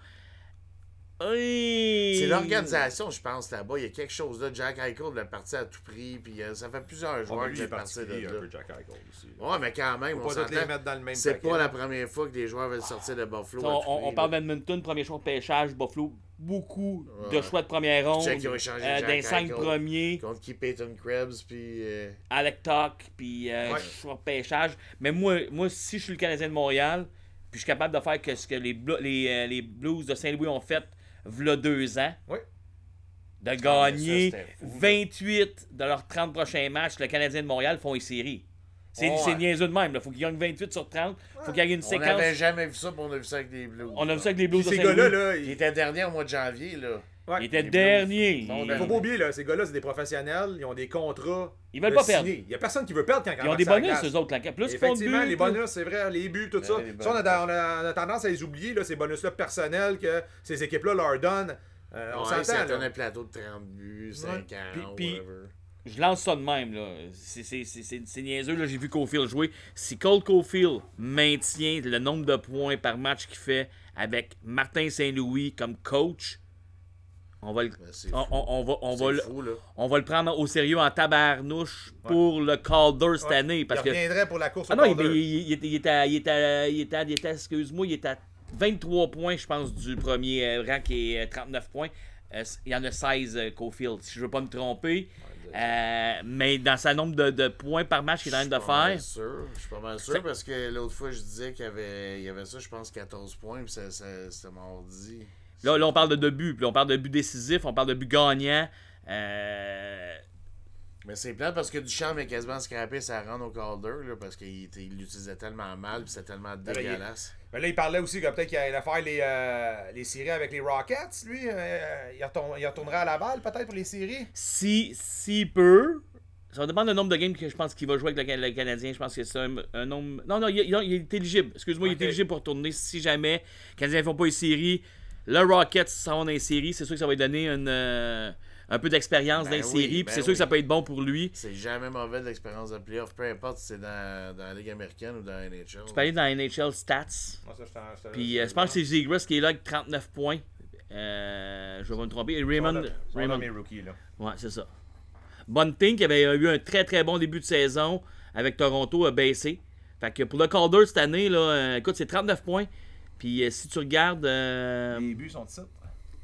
C'est l'organisation, je pense, là-bas. Il y a quelque chose là. Jack Eichel l'a parti à tout prix. Puis ça fait plusieurs joueurs qui lui, il est sont partis de particulier un là. peu, Jack Eichel aussi. Ouais, mais quand même, Faut on pas tous les s'entend. mettre dans le même C'est paquet. pas la première fois que des joueurs veulent sortir de Buffalo. à tout On prix, parle là. d'Edmonton, premier choix de pêchage. Buffalo, beaucoup de Ouais. choix de première ronde. Check, ils ont échangé Jack Des 5 Eichel. premiers. Contre qui Peyton Krebs, puis... Alec Talk, puis Ouais. choix de pêchage. Mais moi, si je suis le Canadien de Montréal, puis je suis capable de faire que ce que les Blues de Saint-Louis ont fait v'là 2 ans, Oui. de gagner ça, c'était fou, là. 28 de leurs 30 prochains matchs, le Canadien de Montréal font les séries. C'est Ouais. c'est niaiseux de même. Il faut qu'ils gagnent 28 sur 30. Faut qu'il y ait une On séquence. n'avait jamais vu ça, puis on a vu ça avec les Blues. On a vu ça avec les Blues Puis de ces Saint-Louis. gars-là, là, Il était dernier au mois de janvier, là. ouais. Il était les dernier. Blues. Bon, Il faut pas oublier, là, ces gars-là, c'est des professionnels, ils ont des contrats. Ils veulent de pas perdre. signer. Il y a personne qui veut perdre quand Ils ont des embarque bonus, sur la eux glace. autres. Là. Plus qu'ils font de Effectivement, buts, les bonus, c'est vrai, les buts, tout ça. les Ça, on bonus. a tendance à les oublier, là, ces bonus-là personnels que ces équipes-là leur donnent. On Ouais, s'entend, ça là. donne un plateau de 30 buts, 50, Puis- whatever. Je lance ça de même, là. C'est niaiseux, là. J'ai vu Caulfield jouer. Si Cole Caulfield maintient le nombre de points par match qu'il fait avec Martin Saint-Louis comme coach, On va le, c'est fou. on C'est va le, fou, là. on va le prendre au sérieux en tabarnouche pour le Calder cette année. Parce il que... reviendrait pour la course Ah au non, Calder. il était, excuse-moi, il était à 23 points, je pense, du premier rang qui est 39 points. Il y en a 16 Caulfield, si je ne veux pas me tromper. Mais dans sa nombre de points par match qu'il est en train de faire. Je suis pas mal sûr parce que l'autre fois, je disais qu'il y avait ça, je pense, 14 points, puis c'était mardi. Là, on parle de buts, puis on parle de buts décisifs, on parle de buts gagnants. Mais c'est plate parce que Duchamp est quasiment scrappé sa run au Calder, là, parce qu'il l'utilisait tellement mal, puis c'était tellement dégueulasse. Mais là, il parlait aussi que peut-être qu'il allait faire les séries avec les Rockets, lui. Il retournerait à la balle, peut-être, pour les séries. S'il peut, ça va dépendre du nombre de games que je pense qu'il va jouer avec le Canadien. Je pense que c'est un nombre... Non, il est éligible. Excuse-moi, il est éligible pour retourner si jamais les Canadiens ne font pas les séries. Le Rockets s'en va dans les séries. C'est sûr que ça va lui donner un peu d'expérience dans les séries. Puis c'est sûr que ça peut être bon pour lui. C'est jamais mauvais de l'expérience de playoff, peu importe si c'est dans la Ligue américaine ou dans la NHL. Tu peux aller dans NHL Stats. Puis je pense que c'est Zegras qui est là avec 39 points. Je vais pas me tromper. Et Raymond. mes rookies, là. Ouais, c'est ça. Bunting, qui avait eu un très très bon début de saison avec Toronto, a baissé. Fait que pour le Calder cette année, là, écoute, c'est 39 points. Puis si tu regardes Les buts sont de ça.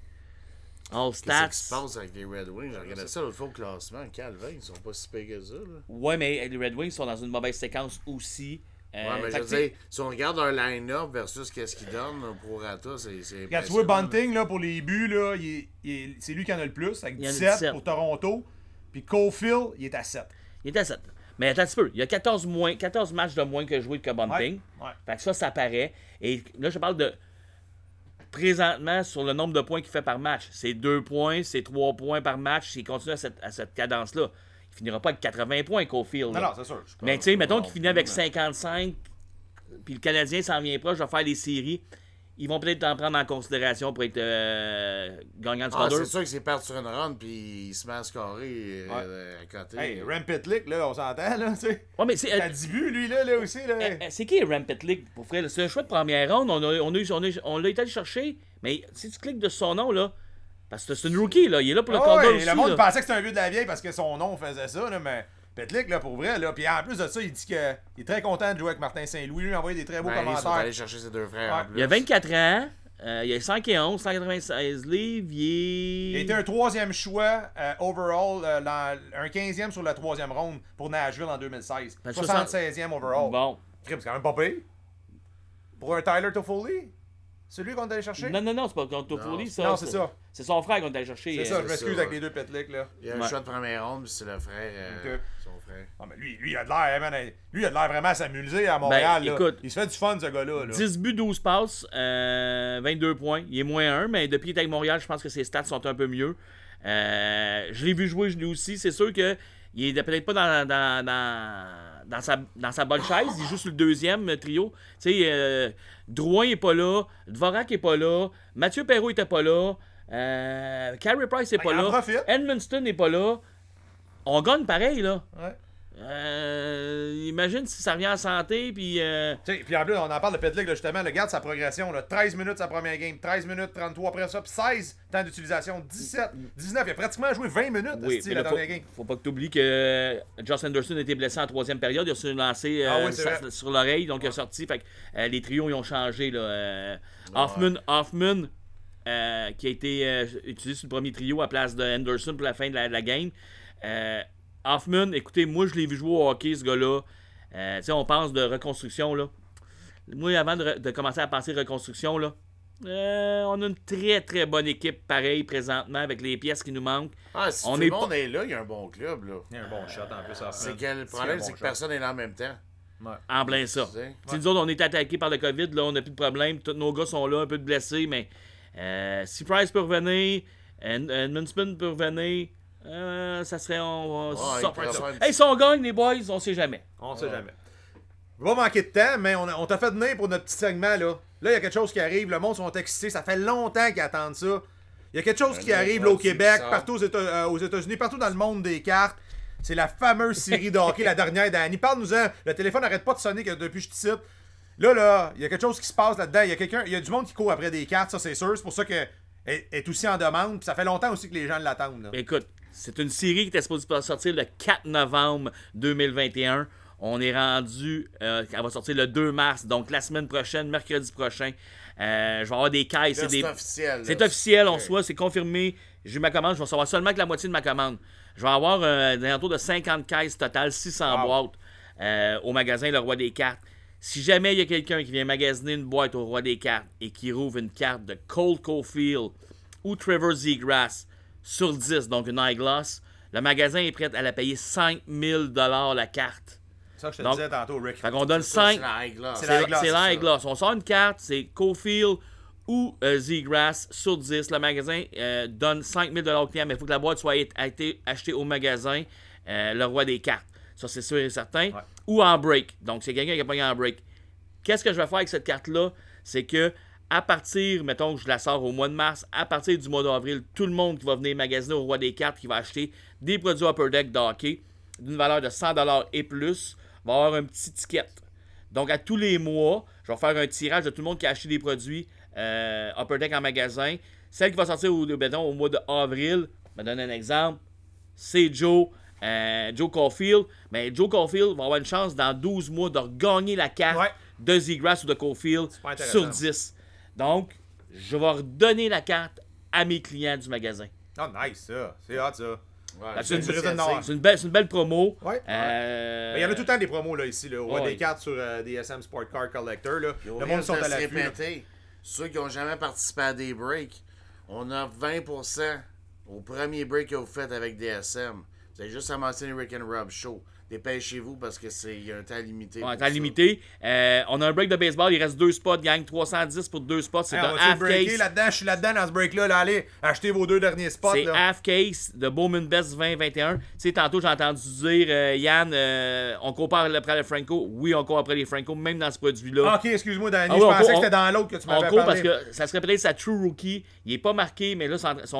All Qu'est-ce Stats. qui se passe avec les Red Wings? J'ai regardé ça l'autre fois au classement. Calvin, ils sont pas si pires que ça. Là. Ouais, mais les Red Wings sont dans une mauvaise séquence aussi. Ouais, mais je fait veux que, dire, si on regarde un line-up versus qu'est-ce qu'ils donnent pour Rata, c'est Regarde, tu vois, Bunting, là, pour les buts, là, c'est lui qui en a le plus, avec Il en a 17 17. pour Toronto. Puis Caulfield, il est à 7. il est à 7. Mais attends un petit peu. Il y a 14 matchs de moins que joué que Bunting. Ouais. Fait que ça paraît. Et là, je parle de présentement sur le nombre de points qu'il fait par match. C'est 2 points, c'est 3 points par match. S'il continue à cette cadence-là, il finira pas avec 80 points, Caulfield. Non, là. non, c'est sûr. Mais tu sais, mettons qu'il finit avec 55, puis le Canadien s'en vient proche de faire les séries. Ils vont peut-être en prendre en considération pour être gagnant du Calder. C'est sûr que c'est parti sur une run, puis il se met à scorer à côté. Hey, Rem Pitlick, là, on s'entend, là, tu sais. Ouais, mais c'est, T'as 10 buts, lui, là aussi, là. c'est qui Rampant League pour frère? C'est un choix de première ronde. On l'a été allé chercher. Mais si tu cliques de son nom, là, parce que c'est une rookie, là. Il est là pour le Calder aussi. Le monde là. pensait que c'était un but de la vieille parce que son nom faisait ça, là, mais Pitlick, là, pour vrai, là. Puis en plus de ça, il dit qu'il est très content de jouer avec Martin Saint-Louis. Lui, il a envoyé des très beaux Ben, ils sont commentaires. allés chercher ses deux frères en plus. Il a 24 ans. Il a 5 et 11, 196 livres. Il a été un 3e choix overall, un 15e sur la 3e ronde pour Nashville en 2016. Fait que 76e overall. Bon. C'est quand même pas pire. Pour un Tyler Toffoli, c'est lui qu'on est allé chercher? Non, c'est pas contre Toffoli, ça. Non, c'est ça. C'est son frère qu'on est allé chercher. C'est ça, je c'est m'excuse ça, avec ouais. les deux Pitlick, là. Il y a un Ouais. choix de première ronde, puis c'est le frère. Ok. Son frère. Non, mais lui, il a de l'air, man. Lui, il a de l'air vraiment à s'amuser à Montréal, là. écoute, Il se fait du fun, ce gars-là, là. 10 buts, 12 passes, 22 points. Il est moins 1, mais depuis qu'il est avec Montréal, je pense que ses stats sont un peu mieux. Je l'ai vu jouer, je l'ai aussi. C'est sûr qu'il est peut-être pas dans sa bonne chaise. Il joue sur le deuxième trio. Tu sais, Drouin est pas là. Dvorak est pas là. Mathieu Perrault était pas là. Carey Price est Ben, pas il en là. profite. Edmundston n'est pas là. On gagne pareil, là. Ouais. Imagine si ça revient en santé, puis... Puis en plus, on en parle de Pitlick, là, justement. Regarde sa progression, là. 13 minutes sa première game, 13 minutes, 33 après ça, puis 16 temps d'utilisation, 17, 19. Il a pratiquement joué 20 minutes, Oui, mais la là, dernière game. faut pas que tu oublies que Josh Anderson a été blessé en troisième période. Il a su lancer Ah oui, c'est vrai. sur l'oreille, donc il a sorti. Fait que, les trios ils ont changé. Là. Hoffman qui a été utilisé sur le premier trio à place de Anderson pour la fin de la game. Hoffman, écoutez, moi je l'ai vu jouer au hockey, ce gars-là. Tu sais, on pense de reconstruction. Là. Moi, avant de commencer à penser reconstruction, là, on a une très très bonne équipe, pareil, présentement, avec les pièces qui nous manquent. Ah, si On tout est le monde est là, il y a un bon club, là. Il y a un bon shot en plus, Hoffman. C'est que le un problème, bon c'est que shot. personne n'est là en même temps. En plein ça. Tu sais. Si nous autres, on est attaqués par le COVID, là, on n'a plus de problème. Tous nos gars sont là, un peu de blessés, mais si Price peut revenir, Edmundston peut revenir, ça serait... il pourrait faire une Hey, si on gagne, les boys, on sait jamais. On sait jamais. Il va manquer de temps, mais on t'a fait venir pour notre petit segment, là. Là, il y a quelque chose qui arrive. Le monde sont excités. Ça fait longtemps qu'ils attendent ça. Il y a quelque chose qui arrive là, au Québec, partout aux États-Unis, partout dans le monde des cartes. C'est la fameuse série de hockey, la dernière d'Annie. Parle-nous-en. Le téléphone n'arrête pas de sonner depuis que je te cite. Là, il y a quelque chose qui se passe là-dedans. Il y a du monde qui court après des cartes, ça, c'est sûr. C'est pour ça que est aussi en demande. Puis ça fait longtemps aussi que les gens l'attendent. Là. Écoute, c'est une série qui était supposée sortir le 4 novembre 2021. On est rendu, elle va sortir le 2 mars, donc la semaine prochaine, mercredi prochain. Je vais avoir des caisses. Là, c'est officiel. C'est officiel, on reçoit, c'est confirmé. J'ai eu ma commande, je vais recevoir seulement que la moitié de ma commande. Je vais avoir un tour de 50 caisses total, 600 boîtes au magasin Le Roi des Cartes. Si jamais il y a quelqu'un qui vient magasiner une boîte au Roi des Cartes et qui rouvre une carte de Cole Caulfield ou Trevor Zegras sur 10, donc une eyeglass, le magasin est prêt à la payer 5000 $ la carte. C'est ça que je te Donc, disais tantôt, Rick. Fait qu'on donne Ça, 5. c'est la high glass. C'est la glace, C'est c'est la ça. glace. On sort une carte, c'est Caulfield ou Zegras sur 10. Le magasin donne 5000 $ au client, mais il faut que la boîte soit été achetée au magasin Le Roi des Cartes. Ça, c'est sûr et certain. Ouais. Ou en break. Donc, c'est quelqu'un qui a pogné en break. Qu'est-ce que je vais faire avec cette carte-là? C'est que à partir, mettons que je la sors au mois de mars, à partir du mois d'avril, tout le monde qui va venir magasiner au Roi des Cartes, qui va acheter des produits Upper Deck de hockey d'une valeur de 100 $ et plus, va avoir un petit ticket. Donc, à tous les mois, je vais faire un tirage de tout le monde qui a acheté des produits Upper Deck en magasin. Celle qui va sortir au mois d'avril, je me donne un exemple, c'est Joe Caulfield. Mais Joe Caulfield va avoir une chance dans 12 mois de regagner la carte de Zegras ou de Caulfield pas intéressant. sur 10. Donc, je vais redonner la carte à mes clients du magasin. Oh, nice, ça. C'est hot, ça. Ouais, C'est une- c'est c'est une belle promo. Ouais. Mais il y en a tout le temps des promos là, ici. Là. On voit ouais. des cartes sur DSM Sport Card Collector. Là. Puis au Le monde risque sont de à se l'affût. là. répéter, ceux qui n'ont jamais participé à des breaks, on a 20% au premier break que vous faites avec DSM. Vous avez juste à mentionner Rick and Rob Show. Dépêchez-vous parce qu'il y a un temps limité. Ouais, pour temps ça. limité. On a un break de baseball, il reste 2 spots, gang. 310 pour 2 spots. C'est Hey, de on va-tu le half breaker case. là-dedans? Je suis là-dedans dans ce break-là. Là. Allez, achetez vos 2 derniers spots. C'est Là. half case de Bowman Best 2021. Tu sais, tantôt, j'ai entendu dire, Yann, on compare après les Franco. Oui, on compare après les Franco, même dans ce produit-là. Ok, excuse-moi, Danny. Ah oui, je on pensais court- que c'était dans l'autre que tu On m'avais court parlé. parce que ça serait peut-être sa True Rookie. Il est pas marqué, mais là,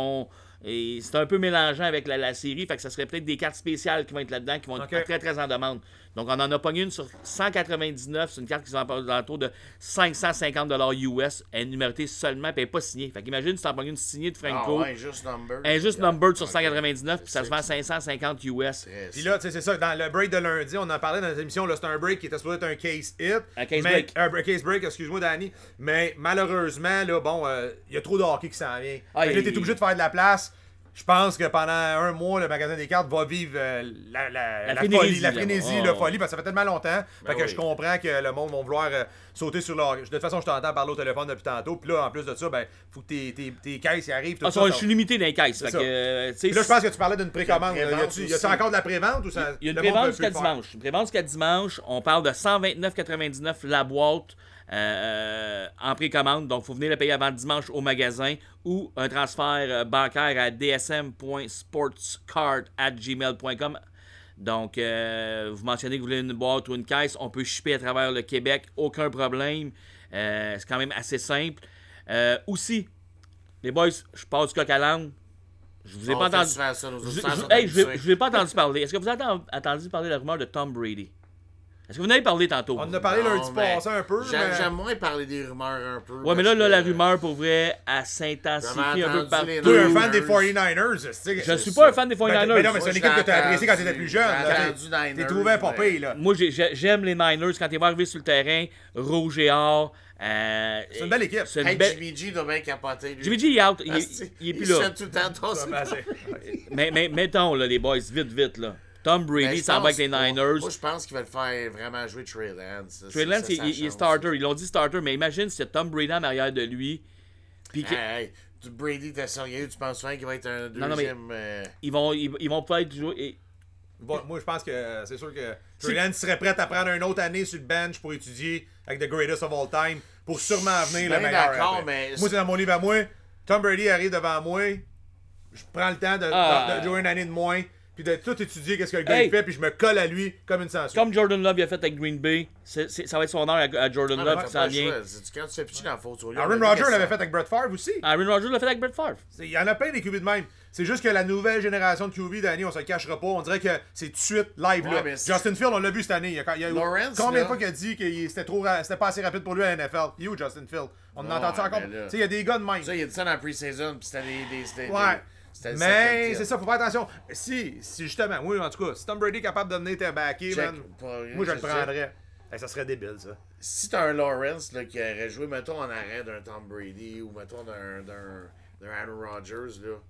et c'est un peu mélangeant avec la série. Fait que ça serait peut-être des cartes spéciales qui vont être là-dedans, qui vont être Ok. très, très en demande. Donc, on en a pogné une sur 199. C'est une carte qui s'en parle autour de 550 $ US. Elle est numérotée seulement, puis elle n'est pas signée. Fait qu'imagine, tu t'en pognes une signée de Ah Franco. ouais, juste number. Elle est juste numbered sur Ok. 199, puis ça se vend 550 US. Très Puis là, tu sais, c'est ça. Dans le break de lundi, on en parlait dans notre émission. Là, c'était un break qui était supposé être un case hit. Un case mais, break. Un case break, excuse-moi, Danny. Mais malheureusement, là, bon, il y a trop de hockey qui s'en vient. Ah, Fait que là, il- t'es obligé de faire de la place. Je pense que pendant un mois, le magasin des cartes va vivre la frénésie, folie, la là. frénésie, Oh, la ouais. folie, parce que ça fait tellement longtemps. Fait que oui. je comprends que le monde va vouloir sauter sur leur. De toute façon, je t'entends parler au téléphone depuis tantôt. Puis là, en plus de ça, ben, faut que tes caisses y arrivent. Tout Ah, ça, je suis limité dans les caisses. Fait ça. que, tu sais, Puis là, je pense que tu parlais d'une précommande. Il y a une Y a-tu prévente y a-tu aussi. encore de la prévente ou ça. Il y a une le monde prévente peut jusqu'à plus le faire? dimanche. Une prévente jusqu'à dimanche. On parle de 129,99 la boîte en précommande. Donc, il faut venir le payer avant dimanche au magasin ou un transfert bancaire à dsm.sportscard@gmail.com. Donc, vous mentionnez que vous voulez une boîte ou une caisse. On peut shipper à travers le Québec. Aucun problème. C'est quand même assez simple. Aussi, les boys, je passe du coq à l'âne. Je vous ai pas entendu. Je vous ai pas entendu parler. Est-ce que vous avez entendu parler de la rumeur de Tom Brady? Est-ce que vous en avez parlé tantôt? On en a parlé lundi passé un peu. mais- J'aime moins parler des rumeurs un peu. Ouais, mais là, la rumeur, pour vrai, elle s'intensifie J'avais un peu entendu les partout. Toi, un Steelers. fan des 49ers. Je suis pas un fan des Ben, 49ers. mais non, mais c'est une Moi, équipe que j'ai t'as appréciée quand entendu- t'étais plus jeune. j'ai là, entendu T'es Niners, trouvé un pas mais- pire, là. Moi, j'aime les Niners. Quand ils vont arriver sur le terrain, rouge et or. C'est une belle équipe. C'est une Hey, belle... Jimmy G doit bien capoter. lui. Jimmy G, il est out. Ah, c'est- Il est plus se là. fait tout le temps tosser. Ben, c'est- Mais mettons, là, les boys, vite, là. Tom Mais Brady je s'en va avec pense les pas. Niners. Moi, je pense qu'il va le faire vraiment jouer Trey Lance. Trey Lance, il est starter. Ils l'ont dit starter, mais imagine si Tom Brady en arrière de lui. Puis que- Hey, du Brady, t'es sérieux? Tu penses vraiment qu'il va être un Non, non, mais- deuxième... ils vont peut-être jouer. Bon, moi, je pense que c'est sûr que Trey Lance serait prêt à prendre une autre année sur le bench pour étudier avec The Greatest of All Time pour sûrement Je suis venir le bien meilleur. d'accord, après. mais- Moi, c'est dans mon livre à moi. Tom Brady arrive devant moi. Je prends le temps de jouer une année de moins. puis de tout étudier qu'est-ce que le gars Hey! il fait, puis je me colle à lui comme une censure. Comme Jordan Love il a fait avec Green Bay, ça va être son heure à Jordan Love qui s'en vient. Quand tu fais pitcher dans la faute sur lui. Aaron Rodgers l'avait fait avec Brett Favre aussi. Aaron Rodgers l'a fait avec Brett Favre. Il y en a plein des QB de même. C'est juste que la nouvelle génération de QB d'année, on se le cachera pas. On dirait que c'est tout de suite live Ouais, là. mais c'est- Justin Field, on l'a vu cette année. Il y a Lawrence, combien de là. fois qu'il a dit que c'était pas assez rapide pour lui à la NFL? You, Justin Field. On en entend ça encore. mais là- Tu sais, il y a des gars de même. Ça, il a dit ça dans la pre-season, puis c'était des Ouais. c'était le Mais second c'est ça, faut faire attention. Si justement, oui, en tout cas, si Tom Brady est capable de venir te backer, Check. man, Pas- moi je le je prendrais. Ça serait débile, ça. Si t'as un Lawrence là, qui aurait joué, mettons, en arrêt d'un Tom Brady ou mettons d'un Aaron Rodgers, là,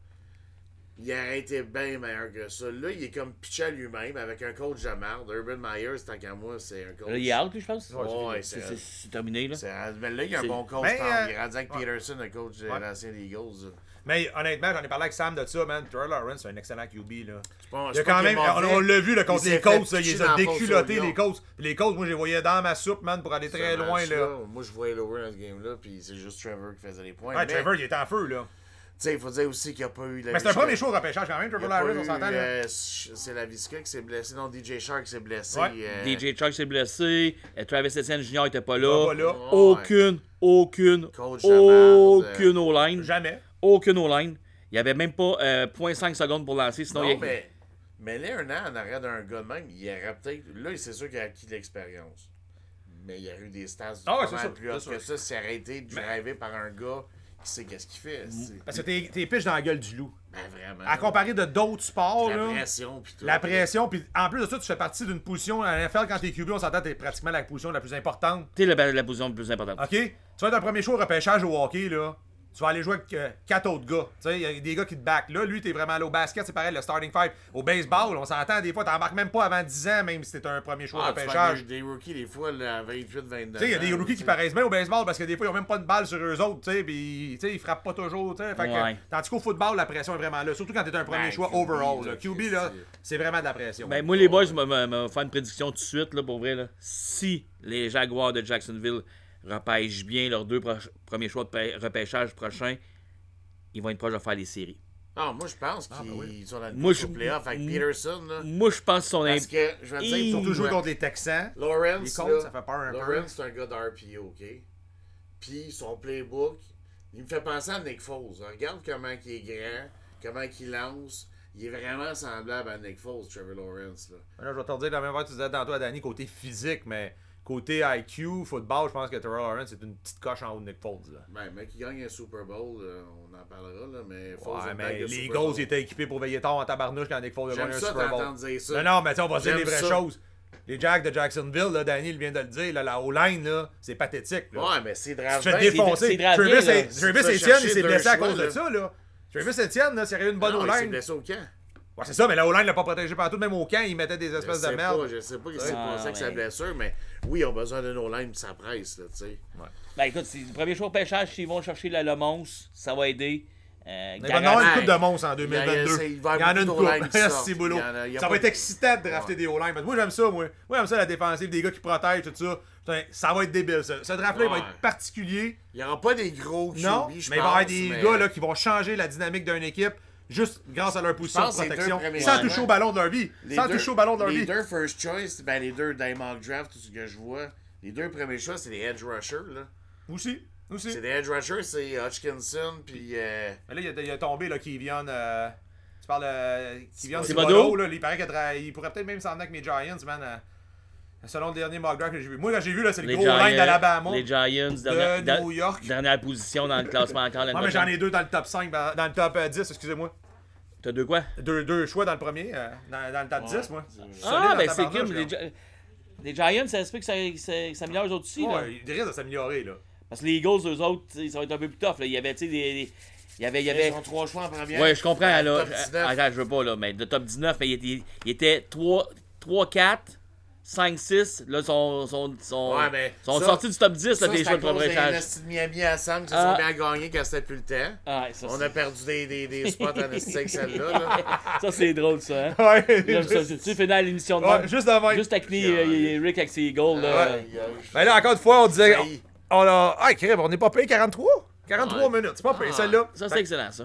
il aurait été bien meilleur que ça. Là, il est comme pitché à lui-même avec un coach de merde. Urban Meyer, tant qu'à moi, c'est un coach. Là, il est out, lui, je pense. Ouais, C'est terminé, là. Mais là, il y a un C'est- bon coach. Mais, Il est rendu avec Peterson, le coach de l'ancien Eagles. là. Mais honnêtement, j'en ai parlé avec Sam de ça, man. Trevor Lawrence, c'est un excellent QB, là. C'est pas- Il y c'est a pas quand qu'il est même, mauvais. on l'a vu là, contre Il les s'est Colts, fait là, ils pitcher ont dans la déculotté fosse au les Colts. Les Colts, moi, je les voyais dans ma soupe, man, pour aller très Ce loin, match-là, là. Moi, je voyais lower dans ce game-là, puis c'est juste Trevor qui faisait les points. Ouais, mais, Trevor, il était en feu, là. tu sais, il faut dire aussi qu'il n'y a pas eu... Mais c'est un premier choix au repêchage quand même, Il y a Trevor pas Lawrence, on eu, s'entend, là. c'est la Visca qui s'est blessé, non, DJ Shark qui s'est blessé. Ouais. DJ Chuck s'est blessé, Travis Etienne Jr. était pas là. Pas là. Aucune Coach de merde, O-line. Jamais. Aucune O-line. Il n'y avait même pas 0.5 secondes pour lancer, sinon Non, il y a... mais là, un an en arrière d'un gars de même, il aurait peut-être... Là, c'est sûr qu'il a acquis de l'expérience. Mais il y a eu des stats Ah ouais, pas c'est mal ça, plus hautes c'est que sûr. ça s'il aurait été drivé par un gars qui sait qu'est-ce qu'il fait. Parce que t'es piche dans la gueule du loup. Ben vraiment. À comparer de d'autres sports, la là. pression pis tout. La pression, puis en plus de ça, tu fais partie d'une position. À la NFL, quand t'es QB, on s'entend, t'es pratiquement la position la plus importante. T'es la position la plus importante. OK? Tu vas être un premier choix au repêchage au hockey, là. Tu vas aller jouer avec 4 autres gars. Tu sais, il y a des gars qui te back. Là, lui, t'es vraiment allé au basket, c'est pareil, le starting five. Au baseball, on s'entend, des fois, t'embarques même pas avant 10 ans, même si t'es un premier choix au tu fais repêchage. des rookies, des fois, là, à 28, 29 Tu sais, il y a des rookies qui paraissent bien au baseball parce que des fois, ils ont même pas de balle sur eux autres, tu sais, pis tu sais, ils frappent pas toujours, tu sais. Fait que, Ouais. tandis qu'au football, la pression est vraiment là. Surtout quand t'es un premier Ben, choix QB, overall. là, Là. QB, là, c'est vraiment de la pression. Ben, moi, les boys, je vais faire une prédiction tout de suite, là, pour vrai. Là. Si les Jaguars de Jacksonville repêchent bien leurs deux premiers choix de repêchage prochains, ils vont être proches de faire les séries. Ah, moi, je pense qu'ils oui. sont dans le Moi, course au playoff avec Peterson. Là. Moi, je pense son Parce que, je vais te dire, Surtout jouer ouais. contre les Texans. Lawrence, Les Colts, là, ça fait peur un peu. Lawrence, c'est un gars d'RPO, OK? Puis son playbook, il me fait penser à Nick Foles. Regarde comment il est grand, comment il lance. Il est vraiment semblable à Nick Foles, Trevor Lawrence. Là. Là, je vais te redire la même fois que tu disais tantôt à Danny, côté physique, mais côté IQ, football, je pense que Trevor Lawrence c'est une petite coche en haut de Nick Foles. Là. Ben, mec, il gagne un Super Bowl, on en parlera, là, mais Foles Ouais, a mais bague de les Super Eagles Bowl. ils étaient équipés pour veiller tard en tabarnouche quand Nick Foles a gagné J'aime un ça Super Bowl. t'entendre dire ça. Non, mais tu sais, on va dire les J'aime vraies ça. choses. Les Jacks de Jacksonville, là, Danny il vient de le dire, là, la O-line, là, c'est pathétique. Là. Ouais, mais c'est Tu drave te fais bien. défoncer. c'est grave bien, là. Travis Tu vas Etienne, il chercher s'est deux blessé à choix, cause de là. ça. Là. Travis Etienne, là, s'il y avait eu une bonne Non, il s'est O-line. blessé au camp. Ouais, c'est ça, mais la O-line l'a pas protégé partout, même au camp, il mettait des espèces de merde. Je sais pas ce qui s'est Ah, passé avec sa ouais. blessure, mais oui, ils ont besoin d'une O-line pis ça presse, là, tu sais. Ben, écoute, c'est le premier choix au pêchage, s'ils vont chercher la Lemons, ça va aider. Il va y en avoir une coupe de monstres en Il y 2022. va y Il y en a avoir une beaucoup de coupe. O-line qui C'est boulot. sortent. Il y a Ça pas va être de- excitant de drafter des O-line. Moi, j'aime ça, moi. Moi, j'aime ça, la défensive, des gars qui protègent, tout ça. Putain, ça va être débile, ça. Ce draft-là, il va Ouais. être particulier. Il n'y aura pas des gros QB, Non, je mais il va y avoir pense, des mais- gars là, qui vont changer la dynamique d'une équipe juste grâce à leur position de pense que les deux protection. premiers Sans choix, toucher au ballon de leur vie. Les Sans deux- toucher au ballon de leur Les vie. deux first choice, ben les deux dans mock draft, tout ce que je vois, les deux premiers choix, c'est des edge rushers, là. Aussi. C'est des edge rushers, c'est Hutchinson, puis... Mais là, il a tombé, là, Kevion. Tu parles de Kevion Thibodeau. Thibodeau, là. Il paraît qu'il pourrait peut-être même s'en venir avec mes Giants, man. Selon le dernier mock draft que j'ai vu. Moi, quand j'ai vu, là, c'est le gros line d'Alabama. Les Giants, de New York. dernière position dans le classement encore l'année Non, mais j'en prochaine. ai deux dans le top 5, dans le top 10, excusez-moi. T'as deux quoi? Deux choix dans le premier, dans le top 10, moi. Ah, Solide ben en c'est tabarnouche, Kim. là. Les Giants, ça se peut que ça s'améliore eux autres aussi. Là. Ouais, il risque de s'améliorer, là. Parce que les Eagles, eux autres, tu sais, ça va être un peu plus tough. Là. Il y avait, tu sais, il y avait... Ils ont 3 choix en première. Ouais, je comprends, là. Top 19. Attends, je veux pas, là. Mais le top 19, mais il était 3, 4, 5, 6. Là, sont Ouais, mais sont ça- sortis du top 10, là, Ça, tes c'est choix à de cause des repêchage. investis de Miami à Sam qui se Ah. sont bien gagnés quand c'était plus le temps. Ah, ça, On c'est- a perdu des spots en esti avec celle-là. Là. ça, c'est drôle, ça. Hein? Ouais, J'aime ça. Tu sais, final l'émission de Ouais, même. juste de même. Juste taquiner Rick avec ses goals, là. Ouais. Ben là, encore une fois, on disait. Failli. On a. Ah, crème, on n'est pas payé 43? 43 minutes, c'est pas payé, celle-là. Ça, c'est excellent, ça.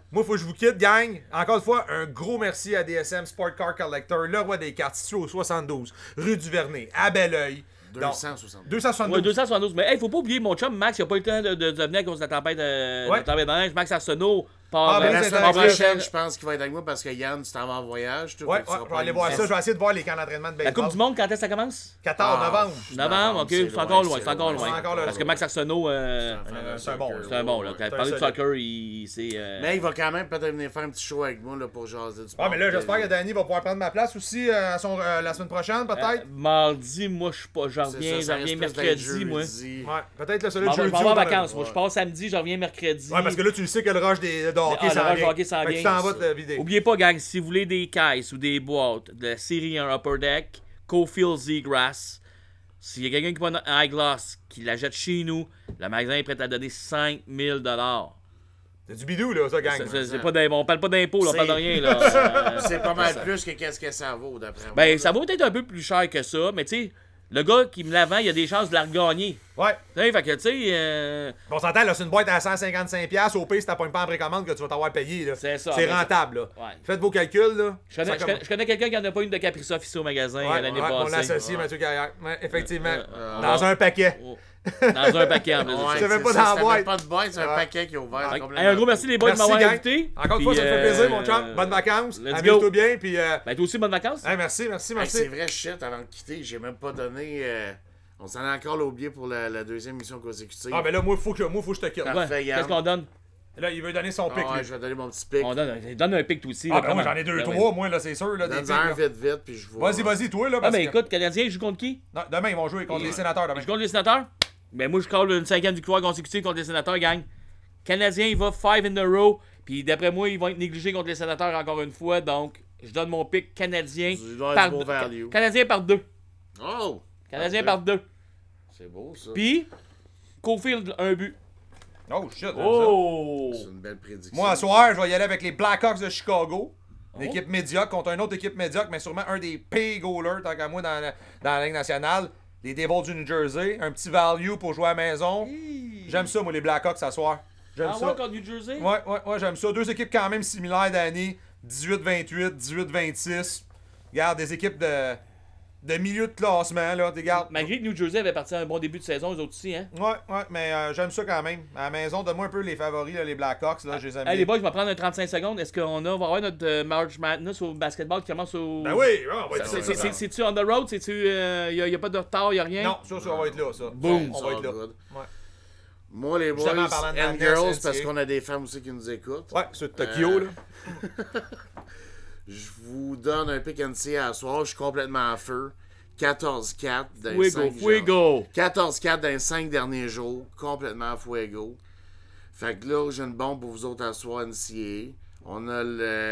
Moi, faut que je vous quitte, gang. Encore une fois, un gros merci à DSM Sport Car Collector, le roi des cartes, situé au 72, rue du Vernet, à Belleuil. 272. 272. Ouais, 272. Mais hey, faut pas oublier mon chum Max, il a pas eu le temps de venir à cause de la tempête de neige. Max Arsenault part. Ah, La c'est semaine intéressant. prochaine, je pense qu'il va être avec moi parce que Yann, tu t'en vas en voyage. toi, Ouais, fait que tu seras je vais pas aller voir avec ça. nous. Je vais essayer de voir les camps d'entraînement de La baseball. Coupe du Monde, quand est-ce que ça commence? 14 novembre. Novembre, ok, c'est encore loin, c'est encore loin. C'est encore loin. Parce que Max Arsenault, c'est un bon, c'est un bon, là. Quand C'est tu parlais de un solide. soccer, il c'est. Mais il va quand même peut-être venir faire un petit show avec moi là, pour jaser du sport. Ouais, mais là, j'espère que Danny va pouvoir prendre ma place aussi la semaine prochaine, peut-être. Mardi, moi, je suis pas. J'en reviens mercredi, moi. Ouais, peut-être le Je celui de m'en jeudi. vais en ou vacances, moi. Ouais. Je pars samedi, je reviens mercredi. Ouais, parce que là, tu le sais que le rush de hockey le s'en rush de vient. hockey s'en Fait que vient. tu t'en vas te vider. Oubliez pas, gang, si vous voulez des caisses ou des boîtes de la série 1 Upper Deck, Cofield Z-Grass, s'il y a quelqu'un qui va un eyeglass, qui la jette chez nous, le magasin est prêt à donner 5000 $. C'est du bidou, là, ça, gang. C'est pas on parle pas d'impôts, on C'est- parle de rien. Là. C'est pas mal plus que qu'est-ce que ça vaut, d'après moi. Ben, là. ça vaut peut-être un peu plus cher que ça, mais tu sais, le gars qui me la vend, il a des chances de la regagner. Ouais. Tu sais, fait que, tu sais, On s'entend, là, c'est une boîte à 155$. Au pire, si t'as pas en précommande que tu vas t'avoir payé, là. C'est ça, C'est mais- rentable, là. Ouais. Faites vos calculs, là. je connais quelqu'un qui en a pas une de Caprisoft ici au magasin l'année Mon passée. associé, Mathieu Carrière. Ouais, effectivement. Ouais. Dans un paquet. Oh. Dans un paquet en plus. de Ouais, ça. Je savais c'est pas ça, dans la c'était boîte. même pas de boîte, c'est un Ouais. paquet qui est ouvert. Ouais. complètement. Hey, un gros merci les boys de Merci, m'avoir gang. invité. Encore une fois, ça me fait plaisir, mon chum. Bonnes vacances. let's Amuse-toi go. bien, puis... Ben, toi aussi, bonnes vacances. hey, merci, merci, Hey, merci. c'est vrai, shit, avant de quitter, j'ai même pas donné. On s'en a encore oublié pour la deuxième mission consécutive. Ah, mais là, moi, faut que je te quitte. Parfait. Ouais, Yann. qu'est-ce qu'on donne? Là, il veut donner son pic, Ah ouais, lui. je vais donner mon petit pic. On donne un pic toi aussi. Ah, là, ben moi, comment? j'en ai deux, Ben, trois, ouais. moi, là, c'est sûr, là, des pics, Donne-en un là. vite, puis je vois. Vas-y, toi, là, Ah, parce ben que... écoute, Canadien joue contre qui? Non, demain, ils vont jouer contre les sénateurs, demain. Je contre les sénateurs? Ben moi, je colle une 5e victoire consécutive contre les sénateurs, gang. Canadien, il va 5 in a row. Puis d'après moi, ils vont être négligés contre les sénateurs encore une fois. Donc, je donne mon pic Canadien Tu dois par avoir du beau value. Canadien par 2. Oh! Canadien Parfait. par 2. C'est beau, ça. Puis, Cofield, un but. Oh, shit. Oh! C'est une belle prédiction. Moi, ce soir, je vais y aller avec les Blackhawks de Chicago. Une Oh. équipe médiocre contre une autre équipe médiocre, mais sûrement un des pires goalers, tant qu'à moi, dans la Ligue nationale. Les Devils du New Jersey. Un petit value pour jouer à la maison. J'aime ça, moi, les Blackhawks, ce soir. J'aime Ah ça. ouais, contre New Jersey? Ouais, j'aime ça. Deux équipes quand même similaires d'année. 18-28, 18-26. Regarde, des équipes de milieu de classement, là. Regarde. Malgré que New Jersey avait parti un bon début de saison, eux autres aussi, hein? Ouais, mais j'aime ça quand même. À la maison, donne-moi un peu les favoris, là, les Blackhawks, là, je les aime Hey, bien. les boys, je vais prendre un 35 secondes. Est-ce qu'on va avoir notre March Madness au basketball qui commence au. Ben oui, on va être C'est- là. c'est- C'est-tu on the road? C'est-tu. Y a pas de retard, y a rien? Non, ça, on va être là, ça. Boom. On va être là. Good. Ouais. Moi, les boys Justement, en parlant de and Madness, girls, NCAA. parce qu'on a des femmes aussi qui nous écoutent. Ouais, sur Tokyo, là. Je vous donne un pick NCA à soir. Je suis complètement en feu. 14-4 dans les Fuego, 5 fuego! 14-4 dans les 5 derniers jours. Complètement fuego. Fait que là, j'ai une bombe pour vous autres à soir NCA. On a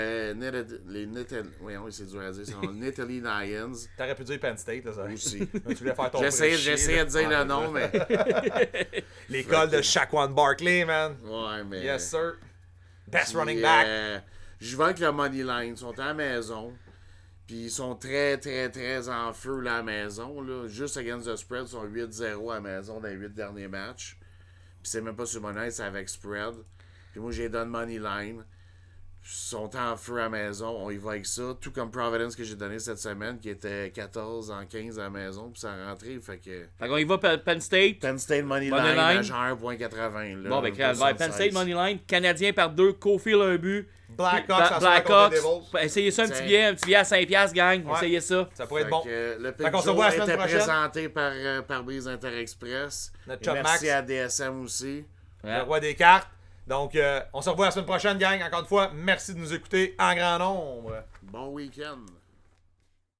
oui, c'est dur à dire. C'est le Nittany Lions T'aurais pu dire Penn State, là, ça. aussi. Tu voulais faire ton J'essayais de dire le nom, mais. L'école de Shaquan Barkley, man. Ouais, mais. Yes, sir. Best Puis, running back. Je vais avec le Money Line. Ils sont à la maison. Puis ils sont très, très, très en feu là, à la maison. Là. Juste against the spread, ils sont 8-0 à la maison dans les 8 derniers matchs. Puis c'est même pas sur Money, c'est avec spread. Puis moi, j'ai donné Money Line. Ils sont en feu à la maison. On y va avec ça. Tout comme Providence que j'ai donné cette semaine, qui était 14 en 15 à la maison. Puis ça a rentré. Fait que. Fait qu'on y va Penn State. Penn State Money Money Line, line. à genre 1.80. Là, Bon, ben, pas Penn 76. State Moneyline, Canadien par 2, Cofield un but. Blackhawks, ça sera contre les Blackhawks. Devils. Essayez ça, un petit Tiens. billet à 5$, gang. Ouais. Essayez ça. Ça pourrait Fait être bon. que, le Fait pick qu'on se Joe voit la semaine était prochaine. présenté par Brise Interexpress. Notre Et chum merci Max. à DSM aussi. Le roi des cartes. Donc, on se revoit la semaine prochaine, gang. Encore une fois, merci de nous écouter en grand nombre. Bon week-end.